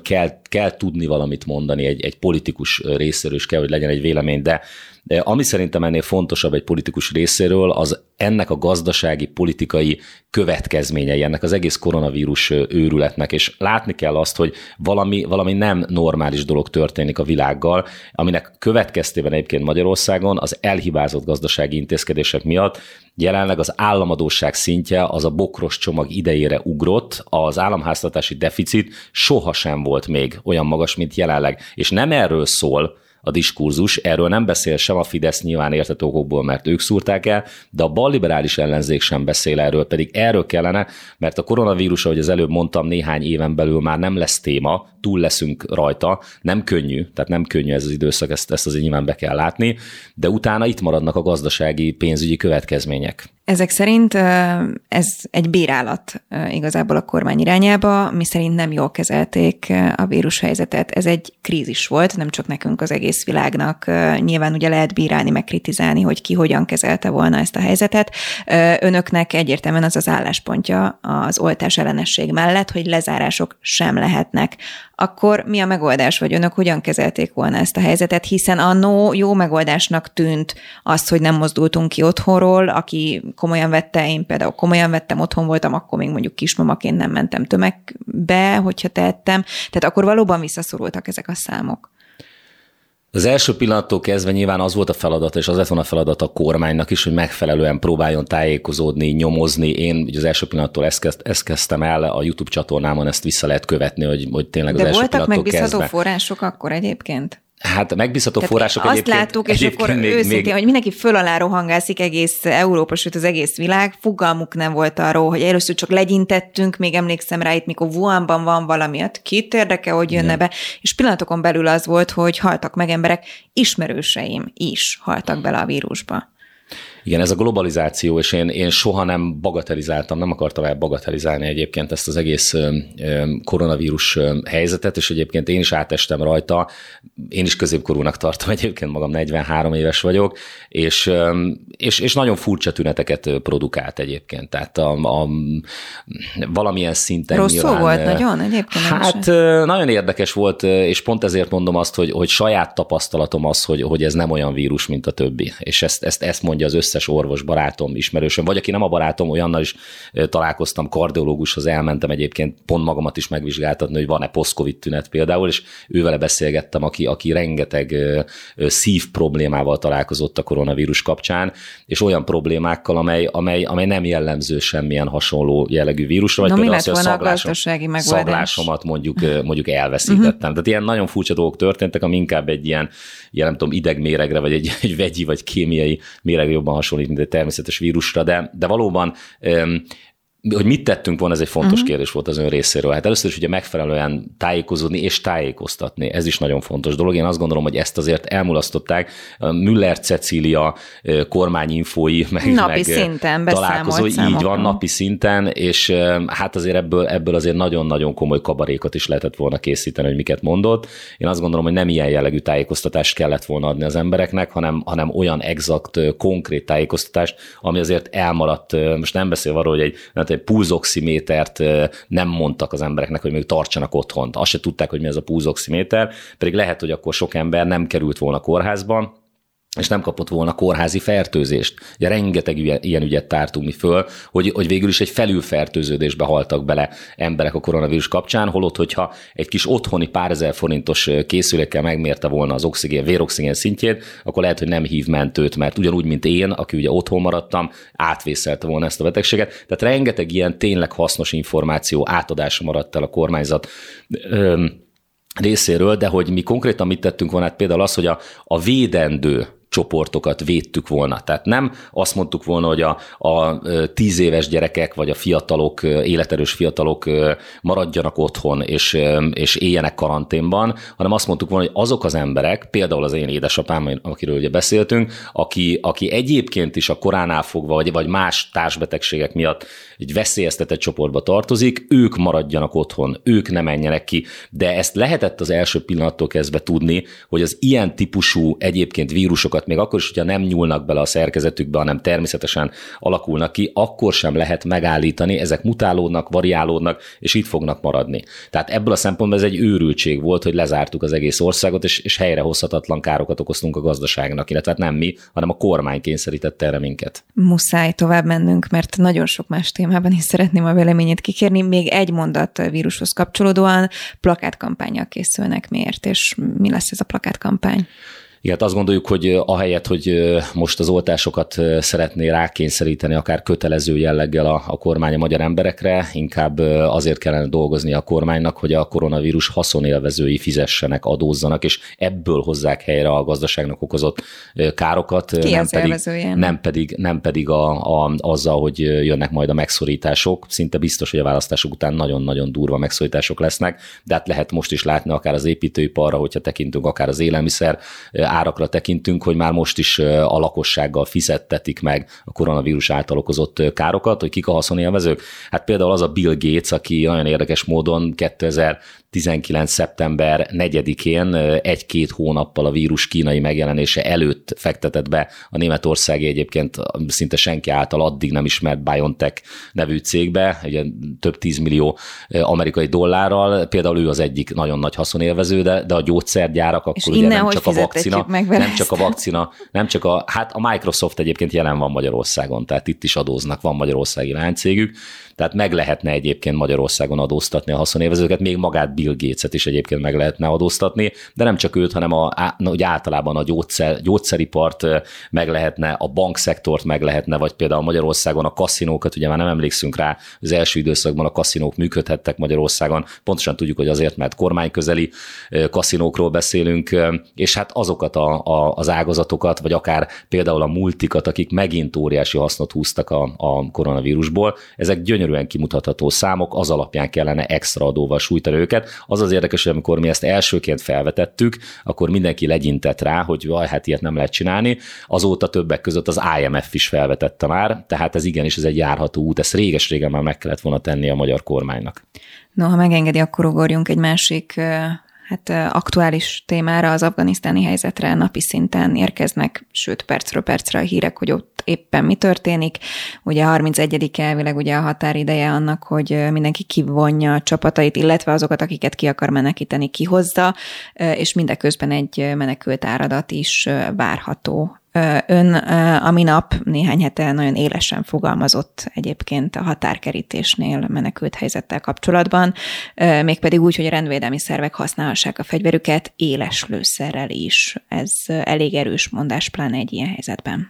kell tudni valamit mondani, egy, egy politikus részéről is kell, hogy legyen egy vélemény, de De ami szerintem ennél fontosabb egy politikus részéről, az ennek a gazdasági, politikai következményei, ennek az egész koronavírus őrületnek, és látni kell azt, hogy valami, valami nem normális dolog történik a világgal, aminek következtében egyébként Magyarországon az elhibázott gazdasági intézkedések miatt jelenleg az államadósság szintje az a bokros csomag idejére ugrott, az államháztartási deficit sohasem volt még olyan magas, mint jelenleg, és nem erről szól a diskurzus, erről nem beszél sem a Fidesz nyilván érthető okokból, mert ők szúrták el, de a balliberális ellenzék sem beszél erről, pedig erről kellene, mert a koronavírus, ahogy az előbb mondtam, néhány éven belül már nem lesz téma, túl leszünk rajta, nem könnyű, tehát nem könnyű ez az időszak, ezt, ezt azért nyilván be kell látni, de utána itt maradnak a gazdasági, pénzügyi következmények. Ezek szerint ez egy bírálat igazából a kormány irányába, mi szerint nem jól kezelték a vírushelyzetet. Ez egy krízis volt, nem csak nekünk, az egész világnak. Nyilván ugye lehet bírálni, meg kritizálni, hogy ki hogyan kezelte volna ezt a helyzetet. Önöknek egyértelműen az az álláspontja az oltás ellenesség mellett, hogy lezárások sem lehetnek. Akkor mi a megoldás, vagy önök hogyan kezelték volna ezt a helyzetet, hiszen annó jó megoldásnak tűnt az, hogy nem mozdultunk ki otthonról, aki komolyan vette, én például komolyan vettem, otthon voltam, akkor még mondjuk kismamaként nem mentem tömegbe, hogyha tehettem, tehát akkor valóban visszaszorultak ezek a számok. Az első pillanattól kezdve nyilván az volt a feladat, és az lett volna a feladat a kormánynak is, hogy megfelelően próbáljon tájékozódni, nyomozni. Én ugye az első pillanattól ezt, kezd, ezt kezdtem el, a YouTube csatornámon ezt vissza lehet követni, hogy, hogy tényleg az De első voltak pillanattól kezdve. megbízható források akkor egyébként? Hát megbízható Tehát források azt egyébként. láttuk, és egyébként akkor még, őszintén, még... hogy mindenki föl alá rohangászik egész Európa, sőt az egész világ, fogalmuk nem volt arról, hogy először csak legyintettünk, még emlékszem rá itt, mikor Wuhanban van valami, kit érdekel, hogy jönne ja. be, és pillanatokon belül az volt, hogy haltak meg emberek, ismerőseim is haltak bele a vírusba. Igen, ez a globalizáció, és én, én soha nem bagatelizáltam, nem akartam el bagatelizálni egyébként ezt az egész koronavírus helyzetet, és egyébként én is átestem rajta, én is középkorúnak tartom egyébként magam, negyvenhárom éves vagyok, és, és, és nagyon furcsa tüneteket produkált egyébként, tehát a, a, valamilyen szinten Rosszul nyilván... volt nagyon egyébként? Hát nagyon érdekes volt, és pont ezért mondom azt, hogy, hogy saját tapasztalatom az, hogy, hogy ez nem olyan vírus, mint a többi, és ezt, ezt, ezt mondja az összes orvos barátom, ismerősöm, vagy aki nem a barátom, olyannal is találkoztam, kardiológushoz elmentem egyébként pont magamat is megvizsgáltatni, hogy van-e post-covid tünet például, és ővele beszélgettem, aki, aki rengeteg szív problémával találkozott a koronavírus kapcsán, és olyan problémákkal, amely, amely, amely nem jellemző semmilyen hasonló jellegű vírusra, vagy no, például az, hogy a szaglásom, szaglásomat mondjuk, mondjuk elveszítettem. Uh-huh. Tehát ilyen nagyon furcsa dolgok történtek, ami inkább egy ilyen, ilyen nem tudom, idegméregre, vagy egy, egy vegyi, vagy kémiai méregre jobban hasonlít, mint egy természetes vírusra, de, de valóban hogy mit tettünk volna, ez egy fontos uh-huh. kérdés volt az ön részéről. Hát először is ugye megfelelően tájékozódni és tájékoztatni. Ez is nagyon fontos dolog. Én azt gondolom, hogy ezt azért elmulasztották. Müller Cecília kormányinfói, meg, napi meg szinten találkozó. Így számokra. van, napi szinten, és hát azért ebből, ebből azért nagyon-nagyon komoly kabarékot is lehetett volna készíteni, hogy miket mondott. Én azt gondolom, hogy nem ilyen jellegű tájékoztatást kellett volna adni az embereknek, hanem, hanem olyan exakt, konkrét tájékoztatást, ami azért elmaradt. Most nem beszél arról, hogy egy egy pulzoximétert nem mondtak az embereknek, hogy még tartsanak otthon. Azt se tudták, hogy mi ez a pulzoximéter, pedig lehet, hogy akkor sok ember nem került volna kórházban, és nem kapott volna kórházi fertőzést. Ugye rengeteg ilyen ügyet tártunk mi föl, hogy, hogy végül is egy felülfertőződésbe haltak bele emberek a koronavírus kapcsán, holott, hogyha egy kis otthoni pár ezer forintos készülékkel megmérte volna az oxigén, véroxigén szintjét, akkor lehet, hogy nem hív mentőt, mert ugyanúgy, mint én, aki ugye otthon maradtam, átvészelte volna ezt a betegséget. Tehát rengeteg ilyen tényleg hasznos információ átadása maradt el a kormányzat részéről, de hogy mi konkrétan mit tettünk volna, hát például az, hogy a, a védendő csoportokat védtük volna. Tehát nem azt mondtuk volna, hogy a, a tíz éves gyerekek, vagy a fiatalok, életerős fiatalok maradjanak otthon, és, és éljenek karanténban, hanem azt mondtuk volna, hogy azok az emberek, például az én édesapám, akiről ugye beszéltünk, aki, aki egyébként is a koránál fogva, vagy, vagy más társbetegségek miatt egy veszélyeztetett csoportba tartozik, ők maradjanak otthon, ők ne menjenek ki. De ezt lehetett az első pillanattól kezdve tudni, hogy az ilyen típusú egyébként vírusokat károkat, még akkor is, hogyha nem nyúlnak bele a szerkezetükbe, hanem természetesen alakulnak ki, akkor sem lehet megállítani, ezek mutálódnak, variálódnak, és itt fognak maradni. Tehát ebből a szempontból ez egy őrültség volt, hogy lezártuk az egész országot, és, és helyrehozhatatlan károkat okoztunk a gazdaságnak, illetve nem mi, hanem a kormány kényszerítette erre minket. Muszáj tovább mennünk, mert nagyon sok más témában is szeretném a véleményét kikérni. Még egy mondat a vírushoz kapcsolódóan, plakátkampánnyal készülnek miért, és mi lesz ez a plakátkampány? Igen, azt gondoljuk, hogy ahelyett, hogy most az oltásokat szeretné rákényszeríteni akár kötelező jelleggel a, a kormány a magyar emberekre, inkább azért kellene dolgozni a kormánynak, hogy a koronavírus haszonélvezői fizessenek, adózzanak, és ebből hozzák helyre a gazdaságnak okozott károkat. Ki nem az pedig, élvezője? nem pedig, nem pedig a, a, azzal, hogy jönnek majd a megszorítások. Szinte biztos, hogy a választások után nagyon-nagyon durva megszorítások lesznek, de hát lehet most is látni akár az építőiparra, hogyha tekintünk, akár az élelmiszer árakra tekintünk, hogy már most is a lakossággal fizettetik meg a koronavírus által okozott károkat, hogy kik a haszonélvezők. Hát például az a Bill Gates, aki nagyon érdekes módon kétezer-tizenkilenc. szeptember negyedikén egy-két hónappal a vírus kínai megjelenése előtt fektetett be a németországi egyébként szinte senki által addig nem ismert BioNTech nevű cégbe, ugye több tízmillió amerikai dollárral, például ő az egyik nagyon nagy haszonélvező, de, de a gyógyszergyárak akkor ugye nem csak a vakcina, nem csak a vakcina, nem csak a, hát a Microsoft egyébként jelen van Magyarországon, tehát itt is adóznak, van magyarországi lánycégük, tehát meg lehetne egyébként Magyarországon adóztatni a haszonélvezőket, még magát Bill Gates-et is egyébként meg lehetne adóztatni, de nem csak őt, hanem a, úgy általában a gyógyszer, gyógyszeripart meg lehetne, a bankszektort meg lehetne, vagy például Magyarországon a kaszinókat, ugye már nem emlékszünk rá, az első időszakban a kaszinók működhettek Magyarországon, pontosan tudjuk, hogy azért, mert kormányközeli kaszinókról beszélünk, és hát azokat a, a, az ágazatokat, vagy akár például a multikat, akik megint óriási hasznot húztak a, a koronavírusból, ezek gyönyörűen kimutatható számok, az alapján kellene extra adóval sújtani őket. Az az érdekes, hogy amikor mi ezt elsőként felvetettük, akkor mindenki legyintett rá, hogy vaj, hát ilyet nem lehet csinálni. Azóta többek között az I M F is felvetette már, tehát ez igenis ez egy járható út, ezt réges-régen már meg kellett volna tenni a magyar kormánynak. No, ha megengedi, akkor ugorjunk egy másik hát aktuális témára, az afganisztáni helyzetre. Napi szinten érkeznek, sőt percről percre a hírek, hogy ott éppen mi történik. Ugye harmincegyedike elvileg ugye a határideje annak, hogy mindenki kivonja a csapatait, illetve azokat, akiket ki akar menekíteni, kihozza, és mindeközben egy menekült áradat is várható. Ön a minap néhány hete nagyon élesen fogalmazott egyébként a határkerítésnél menekült helyzettel kapcsolatban, mégpedig úgy, hogy a rendvédelmi szervek használhassák a fegyverüket éles lőszerrel is. Ez elég erős mondás, pláne egy ilyen helyzetben.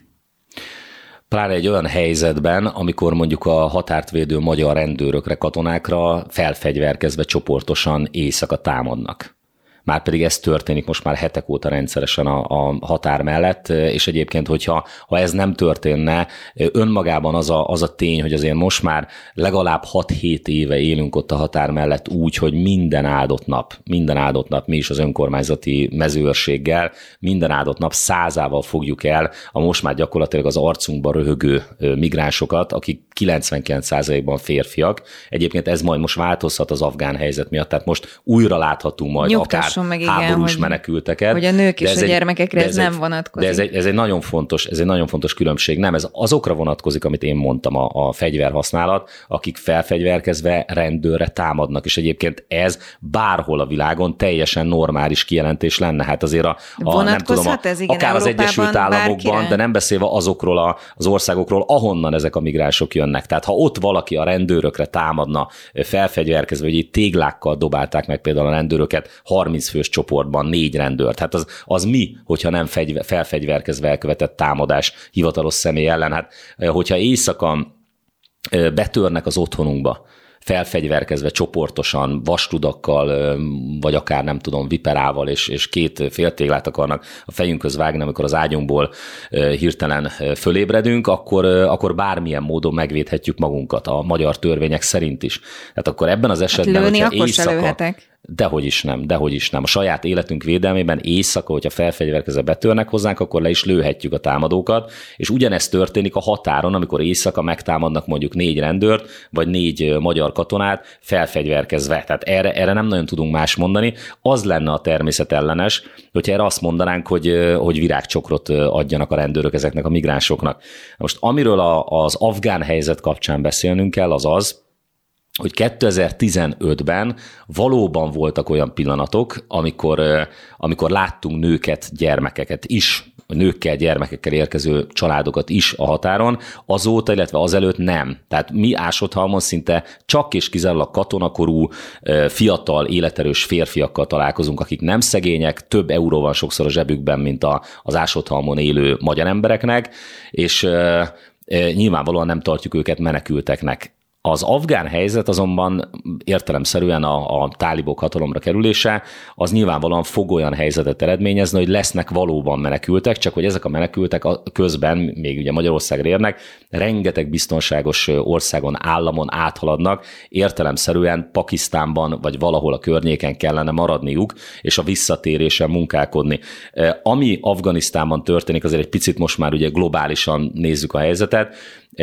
Pláne egy olyan helyzetben, amikor mondjuk a határt védő magyar rendőrökre, katonákra felfegyverkezve csoportosan éjszaka támadnak. Márpedig ez történik most már hetek óta rendszeresen a, a határ mellett, és egyébként, hogyha ha ez nem történne, önmagában az a, az a tény, hogy azért most már legalább hat-hét éve élünk ott a határ mellett úgy, hogy minden áldott nap, minden áldott nap mi is az önkormányzati mezőőrséggel, minden áldott nap százával fogjuk el a most már gyakorlatilag az arcunkba röhögő migránsokat, akik kilencvenkilenc százalékban férfiak. Egyébként ez majd most változhat az afgán helyzet miatt, tehát most újra láthatunk majd akár meg, háborús igen, menekülteket. Hogy a nők és a gyermekekre ez nem vonatkozik. De ez egy, ez egy nagyon fontos, ez egy nagyon fontos különbség. Nem, ez azokra vonatkozik, amit én mondtam, a, a fegyverhasználat, akik felfegyverkezve rendőrre támadnak, és egyébként ez bárhol a világon teljesen normális kijelentés lenne. Hát azért a, a nem tudom, a, ez, igen, akár az Egyesült Államokban, bárkire? De nem beszélve azokról a, az országokról, ahonnan ezek a migránsok jönnek. Tehát ha ott valaki a rendőrökre támadna felfegyverkezve, hogy itt téglákkal dobálták meg például a rendőröket harminc fős csoportban négy rendőrt. Hát az, az mi, hogyha nem fegyver, felfegyverkezve elkövetett támadás hivatalos személy ellen? Hát hogyha éjszaka betörnek az otthonunkba, felfegyverkezve csoportosan, vastudakkal, vagy akár nem tudom, viperával, és, és két féltéglát akarnak a fejünkhöz vágni, amikor az ágyunkból hirtelen fölébredünk, akkor, akkor bármilyen módon megvédhetjük magunkat, a magyar törvények szerint is. Tehát akkor ebben az esetben, hát lőni, hogyha akkor éjszaka... Dehogy is nem, dehogy is nem. A saját életünk védelmében éjszaka, hogyha felfegyverkezve betörnek hozzánk, akkor le is lőhetjük a támadókat, és ugyanezt történik a határon, amikor éjszaka megtámadnak mondjuk négy rendőrt, vagy négy magyar katonát felfegyverkezve. Tehát erre, erre nem nagyon tudunk más mondani. Az lenne a természetellenes, hogyha erre azt mondanánk, hogy, hogy virágcsokrot adjanak a rendőrök ezeknek a migránsoknak. Most amiről a, az afgán helyzet kapcsán beszélnünk kell, az az, hogy kétezer-tizenötben valóban voltak olyan pillanatok, amikor, amikor láttunk nőket, gyermekeket is, nőkkel, gyermekekkel érkező családokat is a határon, azóta, illetve azelőtt nem. Tehát mi Ásotthalmon szinte csak és kizárólag katonakorú, fiatal, életerős férfiakkal találkozunk, akik nem szegények, több euró van sokszor a zsebükben, mint az Ásotthalmon élő magyar embereknek, és nyilvánvalóan nem tartjuk őket menekülteknek. Az afgán helyzet azonban értelemszerűen a, a tálibok hatalomra kerülése, az nyilvánvalóan fog olyan helyzetet eredményezni, hogy lesznek valóban menekültek, csak hogy ezek a menekültek közben, még ugye Magyarországra érnek, rengeteg biztonságos országon, államon áthaladnak, értelemszerűen Pakisztánban vagy valahol a környéken kellene maradniuk, és a visszatérésen munkálkodni. Ami Afganisztánban történik, azért egy picit most már ugye globálisan nézzük a helyzetet,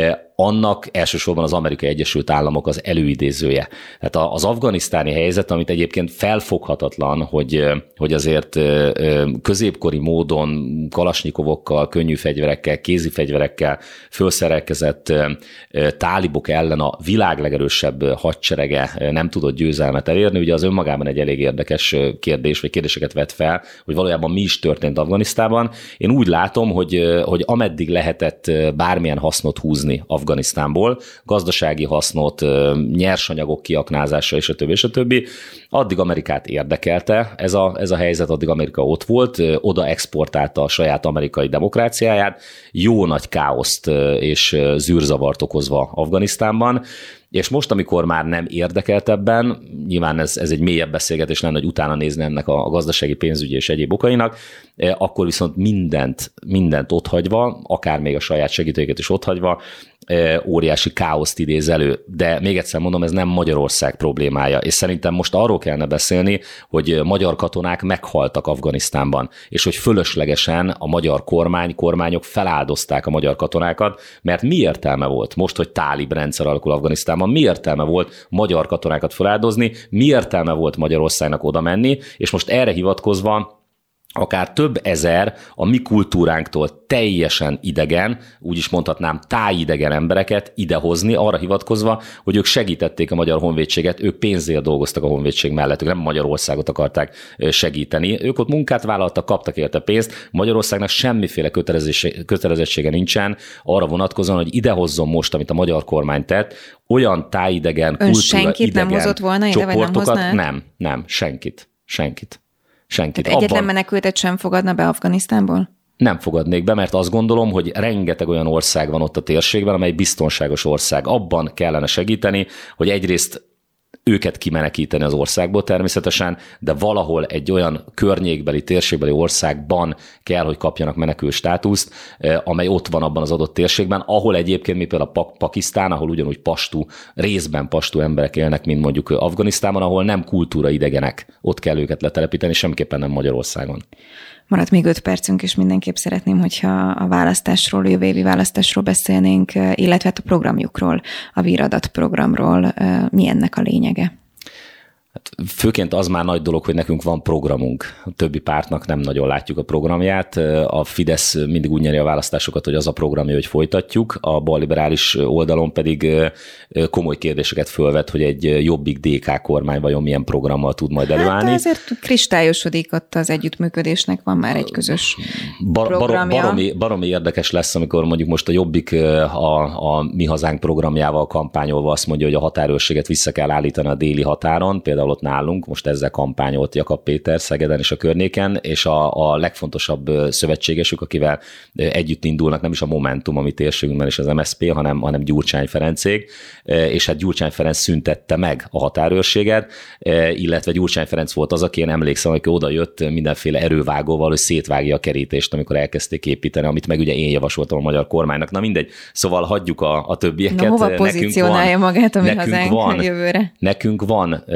annak elsősorban az Amerikai Egyesült Államok az előidézője. Tehát az afganisztáni helyzet, amit egyébként felfoghatatlan, hogy, hogy azért középkori módon kalasnyikovokkal, könnyű fegyverekkel, kézi fegyverekkel fölszerelkezett tálibok ellen a világ legerősebb hadserege nem tudott győzelmet elérni. Ugye az önmagában egy elég érdekes kérdés, vagy kérdéseket vet fel, hogy valójában mi is történt Afganisztánban. Én úgy látom, hogy, hogy ameddig lehetett bármilyen hasznot húzni Afganisztánból, gazdasági hasznot, nyersanyagok kiaknázása és a többi, és a többi. Addig Amerikát érdekelte ez a, ez a helyzet, addig Amerika ott volt, oda exportálta a saját amerikai demokráciáját, jó nagy káoszt és zűrzavart okozva Afganisztánban, és most, amikor már nem érdekelt ebben, nyilván ez, ez egy mélyebb beszélgetés lenne, hogy utána nézni ennek a gazdasági, pénzügyi és egyéb okainak, akkor viszont mindent, mindent otthagyva, akár még a saját segítőiket is otthagyva, óriási káoszt idéz elő. De még egyszer mondom, ez nem Magyarország problémája, és szerintem most arról kellene beszélni, hogy magyar katonák meghaltak Afganisztánban, és hogy fölöslegesen a magyar kormány, kormányok feláldozták a magyar katonákat, mert mi értelme volt most, hogy tálib rendszer alakul Afganisztánban, mi értelme volt magyar katonákat feláldozni, mi értelme volt Magyarországnak oda menni, és most erre hivatkozva akár több ezer a mi kultúránktól teljesen idegen, úgy is mondhatnám tájidegen embereket idehozni, arra hivatkozva, hogy ők segítették a magyar honvédséget, ők pénzért dolgoztak a honvédség mellett, ők nem Magyarországot akarták segíteni, ők ott munkát vállaltak, kaptak érte pénzt, Magyarországnak semmiféle kötelezettsége nincsen arra vonatkozóan, hogy idehozzon most, amit a magyar kormány tett, olyan tájidegen, kultúra idegen nem hozott volna ide, csoportokat, vagy nem, nem, nem, senkit, senkit. Senkit. Tehát egyetlen Abban menekültet sem fogadna be Afganisztánból? Nem fogadnék be, mert azt gondolom, hogy rengeteg olyan ország van ott a térségben, amely biztonságos ország. Abban kellene segíteni, hogy egyrészt őket kimenekíteni az országból természetesen, de valahol egy olyan környékbeli, térségbeli országban kell, hogy kapjanak menekül státuszt, amely ott van abban az adott térségben, ahol egyébként, mi például a Pakisztán, ahol ugyanúgy pastú, részben pastú emberek élnek, mint mondjuk Afganisztánban, ahol nem kultúra idegenek, ott kell őket letelepíteni, semmiképpen nem Magyarországon. Maradt még öt percünk, és mindenképp szeretném, hogyha a választásról, jövő évi választásról beszélnénk, illetve a programjukról, a Víradat programról. Mi ennek a lényege? Hát főként az már nagy dolog, hogy nekünk van programunk. A többi pártnak nem nagyon látjuk a programját. A Fidesz mindig úgy nyeri a választásokat, hogy az a programja, hogy folytatjuk. A balliberális oldalon pedig komoly kérdéseket fölvet, hogy egy jobbik dé ká kormány vajon milyen programmal tud majd előállni. Hát ezért kristályosodik ott az együttműködésnek, van már egy közös Bar- programja. Baromi, baromi érdekes lesz, amikor mondjuk most a Jobbik a, a Mi Hazánk programjával kampányolva azt mondja, hogy a határőrséget vissza kell állítani a déli határon, például ott nálunk, most ezzel kampányolt Jakab Péter Szegeden és a környéken, és a, a legfontosabb szövetségesük, akivel együtt indulnak, nem is a Momentum, ami térségünkben is az em es zé pé, hanem, hanem Gyurcsány Ferencék, és hát Gyurcsány Ferenc szüntette meg a határőrséget, illetve Gyurcsány Ferenc volt az, aki én emlékszem, hogy oda jött mindenféle erővágóval, hogy szétvágja a kerítést, amikor elkezdték építeni, amit meg ugye én javasoltam a magyar kormánynak. Na mindegy, szóval hagyjuk a, a többieket. Na hova pozícionálja magát a Mi Hazánk van, jövőre? Nekünk van egy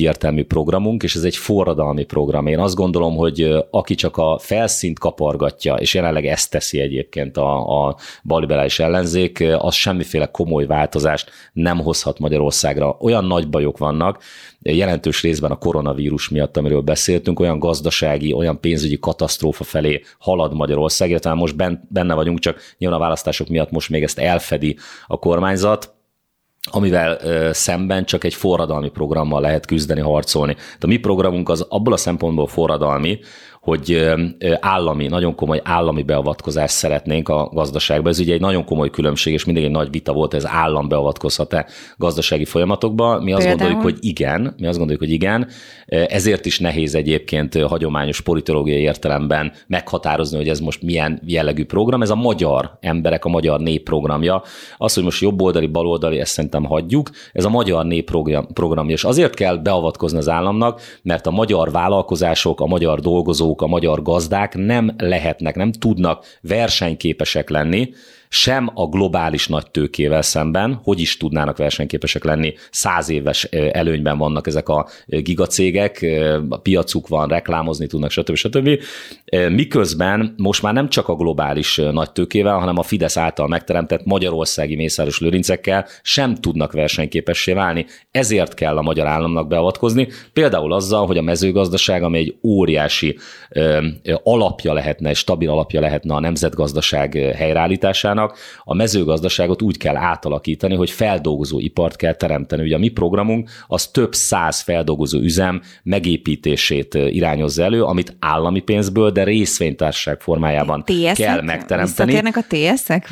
egyértelmű programunk, és ez egy forradalmi program. Én azt gondolom, hogy aki csak a felszínt kapargatja, és jelenleg ezt teszi egyébként a, a balliberális ellenzék, az semmiféle komoly változást nem hozhat Magyarországra. Olyan nagy bajok vannak, jelentős részben a koronavírus miatt, amiről beszéltünk, olyan gazdasági, olyan pénzügyi katasztrófa felé halad Magyarország, illetve most benne vagyunk, csak nyilván a választások miatt most még ezt elfedi a kormányzat, amivel ö, szemben csak egy forradalmi programmal lehet küzdeni, harcolni. De a mi programunk az abból a szempontból forradalmi, hogy állami, nagyon komoly állami beavatkozást szeretnénk a gazdaságba. Ez ugye egy nagyon komoly különbség, és mindig egy nagy vita volt, ez állam beavatkozhat-e gazdasági folyamatokba. Mi azt Például? gondoljuk, hogy igen, mi azt gondoljuk, hogy igen. Ezért is nehéz egyébként hagyományos politológiai értelemben meghatározni, hogy ez most milyen jellegű program. Ez a magyar emberek, a magyar nép programja. Az, hogy most jobboldali, baloldali, ezt szerintem hagyjuk. Ez a magyar nép programja, és azért kell beavatkozni az államnak, mert a magyar vállalkozások, a magyar dolgozók, a magyar gazdák nem lehetnek, nem tudnak versenyképesek lenni, sem a globális nagy tőkével szemben, hogy is tudnának versenyképesek lenni, száz éves előnyben vannak ezek a gigacégek, a piacuk van, reklámozni tudnak, stb. stb. Miközben most már nem csak a globális nagy tőkével, hanem a Fidesz által megteremtett magyarországi Mészáros Lőrincekkel sem tudnak versenyképessé válni. Ezért kell a magyar államnak beavatkozni, például azzal, hogy a mezőgazdaság, ami egy óriási alapja lehetne, egy stabil alapja lehetne a nemzetgazdaság helyreállításának, a mezőgazdaságot úgy kell átalakítani, hogy feldolgozó ipart kell teremteni. Ugye a mi programunk az több száz feldolgozó üzem megépítését irányozza elő, amit állami pénzből, de részvénytársaság formájában té es-ek? Kell megteremteni. Visszatérnek a té es-ek?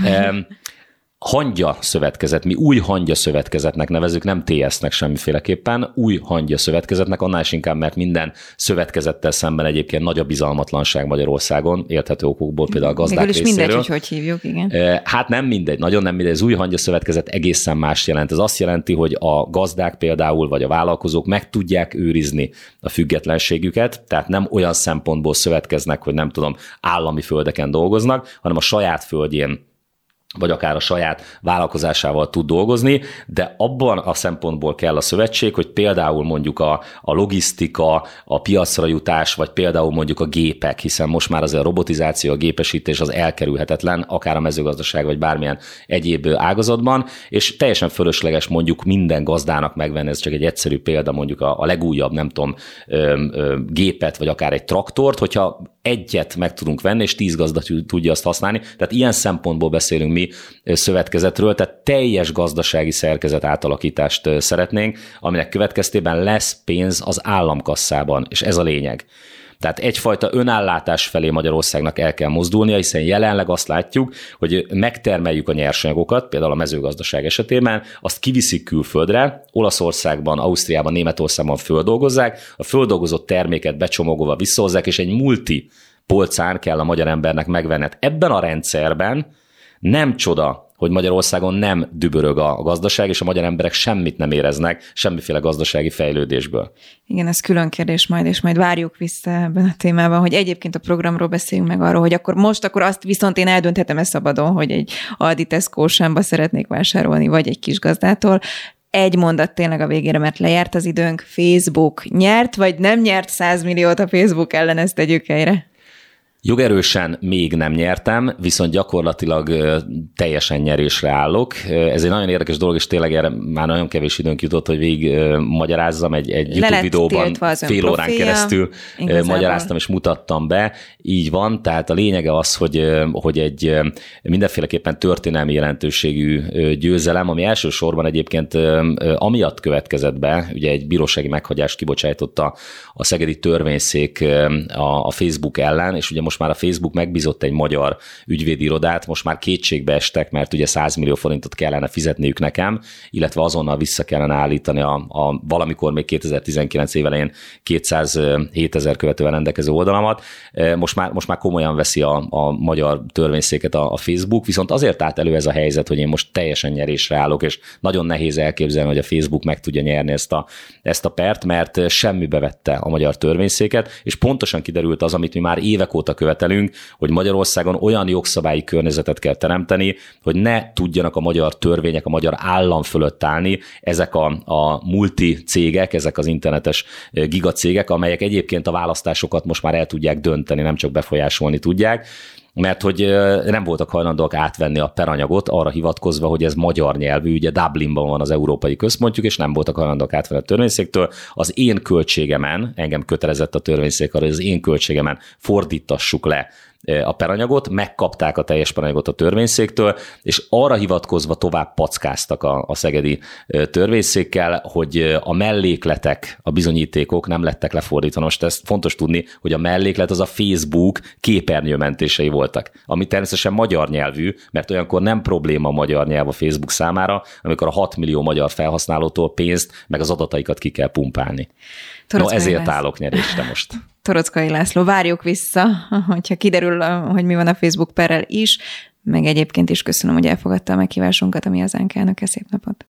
Hangya szövetkezet, mi új hangya szövetkezetnek nevezük, nem té es-nek semmiféleképpen, új hangya szövetkezetnek, annál is inkább, mert minden szövetkezettel szemben egyébként nagy a bizalmatlanság Magyarországon, érthető okokból, például a gazdák részéről. Mindegy, hogy hogy hívjuk, igen. Hát nem mindegy, nagyon nem mindegy, az új hangya szövetkezet egészen más jelent. Ez azt jelenti, hogy a gazdák például, vagy a vállalkozók meg tudják őrizni a függetlenségüket, tehát nem olyan szempontból szövetkeznek, hogy nem tudom, állami földeken dolgoznak, hanem a saját földjén vagy akár a saját vállalkozásával tud dolgozni, de abban a szempontból kell a szövetség, hogy például mondjuk a, a logisztika, a piacra jutás, vagy például mondjuk a gépek, hiszen most már azért a robotizáció, a gépesítés az elkerülhetetlen, akár a mezőgazdaság, vagy bármilyen egyéb ágazatban, és teljesen fölösleges mondjuk minden gazdának megvenni, ez csak egy egyszerű példa, mondjuk a, a legújabb, nem tudom, ö, ö, gépet, vagy akár egy traktort, hogyha egyet meg tudunk venni, és tíz gazda tudja azt használni. Tehát ilyen szempontból beszélünk mi szövetkezetről, tehát teljes gazdasági szerkezet átalakítást szeretnénk, aminek következtében lesz pénz az államkasszában, és ez a lényeg. Tehát egyfajta önállátás felé Magyarországnak el kell mozdulnia, hiszen jelenleg azt látjuk, hogy megtermeljük a nyersanyagokat, például a mezőgazdaság esetében, azt kiviszik külföldre, Olaszországban, Ausztriában, Németországban földolgozzák, a földolgozott terméket becsomagolva visszahozzák, és egy multi polcán kell a magyar embernek megvenni. Ebben a rendszerben nem csoda, hogy Magyarországon nem dübörög a gazdaság, és a magyar emberek semmit nem éreznek, semmiféle gazdasági fejlődésből. Igen, ez külön kérdés majd, és majd várjuk vissza ebben a témában, hogy egyébként a programról beszéljünk meg arról, hogy akkor most akkor azt viszont én eldönthetem-e szabadon, hogy egy Aldi Tesco sámba szeretnék vásárolni, vagy egy kisgazdától. Egy mondat tényleg a végére, mert lejárt az időnk. Facebook nyert, vagy nem nyert száz milliót a Facebook ellen, ezt tegyük helyre? Jogerősen még nem nyertem, viszont gyakorlatilag teljesen nyerésre állok. Ez egy nagyon érdekes dolog, és tényleg erre már nagyon kevés időnk jutott, hogy végig magyarázzam egy, egy YouTube videóban fél órán keresztül igazából. Magyaráztam és mutattam be. Így van, tehát a lényege az, hogy, hogy egy mindenféleképpen történelmi jelentőségű győzelem, ami elsősorban egyébként amiatt következett be, ugye egy bírósági meghagyást kibocsájtotta a szegedi törvényszék a Facebook ellen, és ugye most már a Facebook megbízott egy magyar ügyvédi irodát, most már kétségbe estek, mert ugye száz millió forintot kellene fizetniük nekem, illetve azonnal vissza kellene állítani a, a valamikor még kétezer-tizenkilenc év elején kétszázhétezer követővel rendelkező oldalamat. Most már, most már komolyan veszi a, a magyar törvényszéket a, a Facebook, viszont azért állt elő ez a helyzet, hogy én most teljesen nyerésre állok, és nagyon nehéz elképzelni, hogy a Facebook meg tudja nyerni ezt a, ezt a pert, mert semmibe vette a magyar törvényszéket, és pontosan kiderült az, amit mi már évek óta követelünk, hogy Magyarországon olyan jogszabályi környezetet kell teremteni, hogy ne tudjanak a magyar törvények, a magyar állam fölött állni ezek a, a multi cégek, ezek az internetes gigacégek, amelyek egyébként a választásokat most már el tudják dönteni, nem csak befolyásolni tudják, mert hogy nem voltak hajlandóak átvenni a peranyagot arra hivatkozva, hogy ez magyar nyelvű, ugye Dublinban van az európai központjuk, és nem voltak hajlandóak átvenni a törvényszéktől. Az én költségemen, engem kötelezett a törvényszék arra, hogy az én költségemen fordítassuk le a peranyagot, megkapták a teljes peranyagot a törvényszéktől, és arra hivatkozva tovább packáztak a, a szegedi törvényszékkel, hogy a mellékletek, a bizonyítékok nem lettek lefordítva. Most ezt fontos tudni, hogy a melléklet az a Facebook képernyőmentései voltak, ami természetesen magyar nyelvű, mert olyankor nem probléma a magyar nyelv a Facebook számára, amikor a hat millió magyar felhasználótól pénzt, meg az adataikat ki kell pumpálni. No, ezért állok nyerésre most. Torockai László, várjuk vissza, hogyha kiderül, hogy mi van a Facebook perrel is, meg egyébként is köszönöm, hogy elfogadta a meghívásunkat, ami az Ánk elnöke. Szép napot!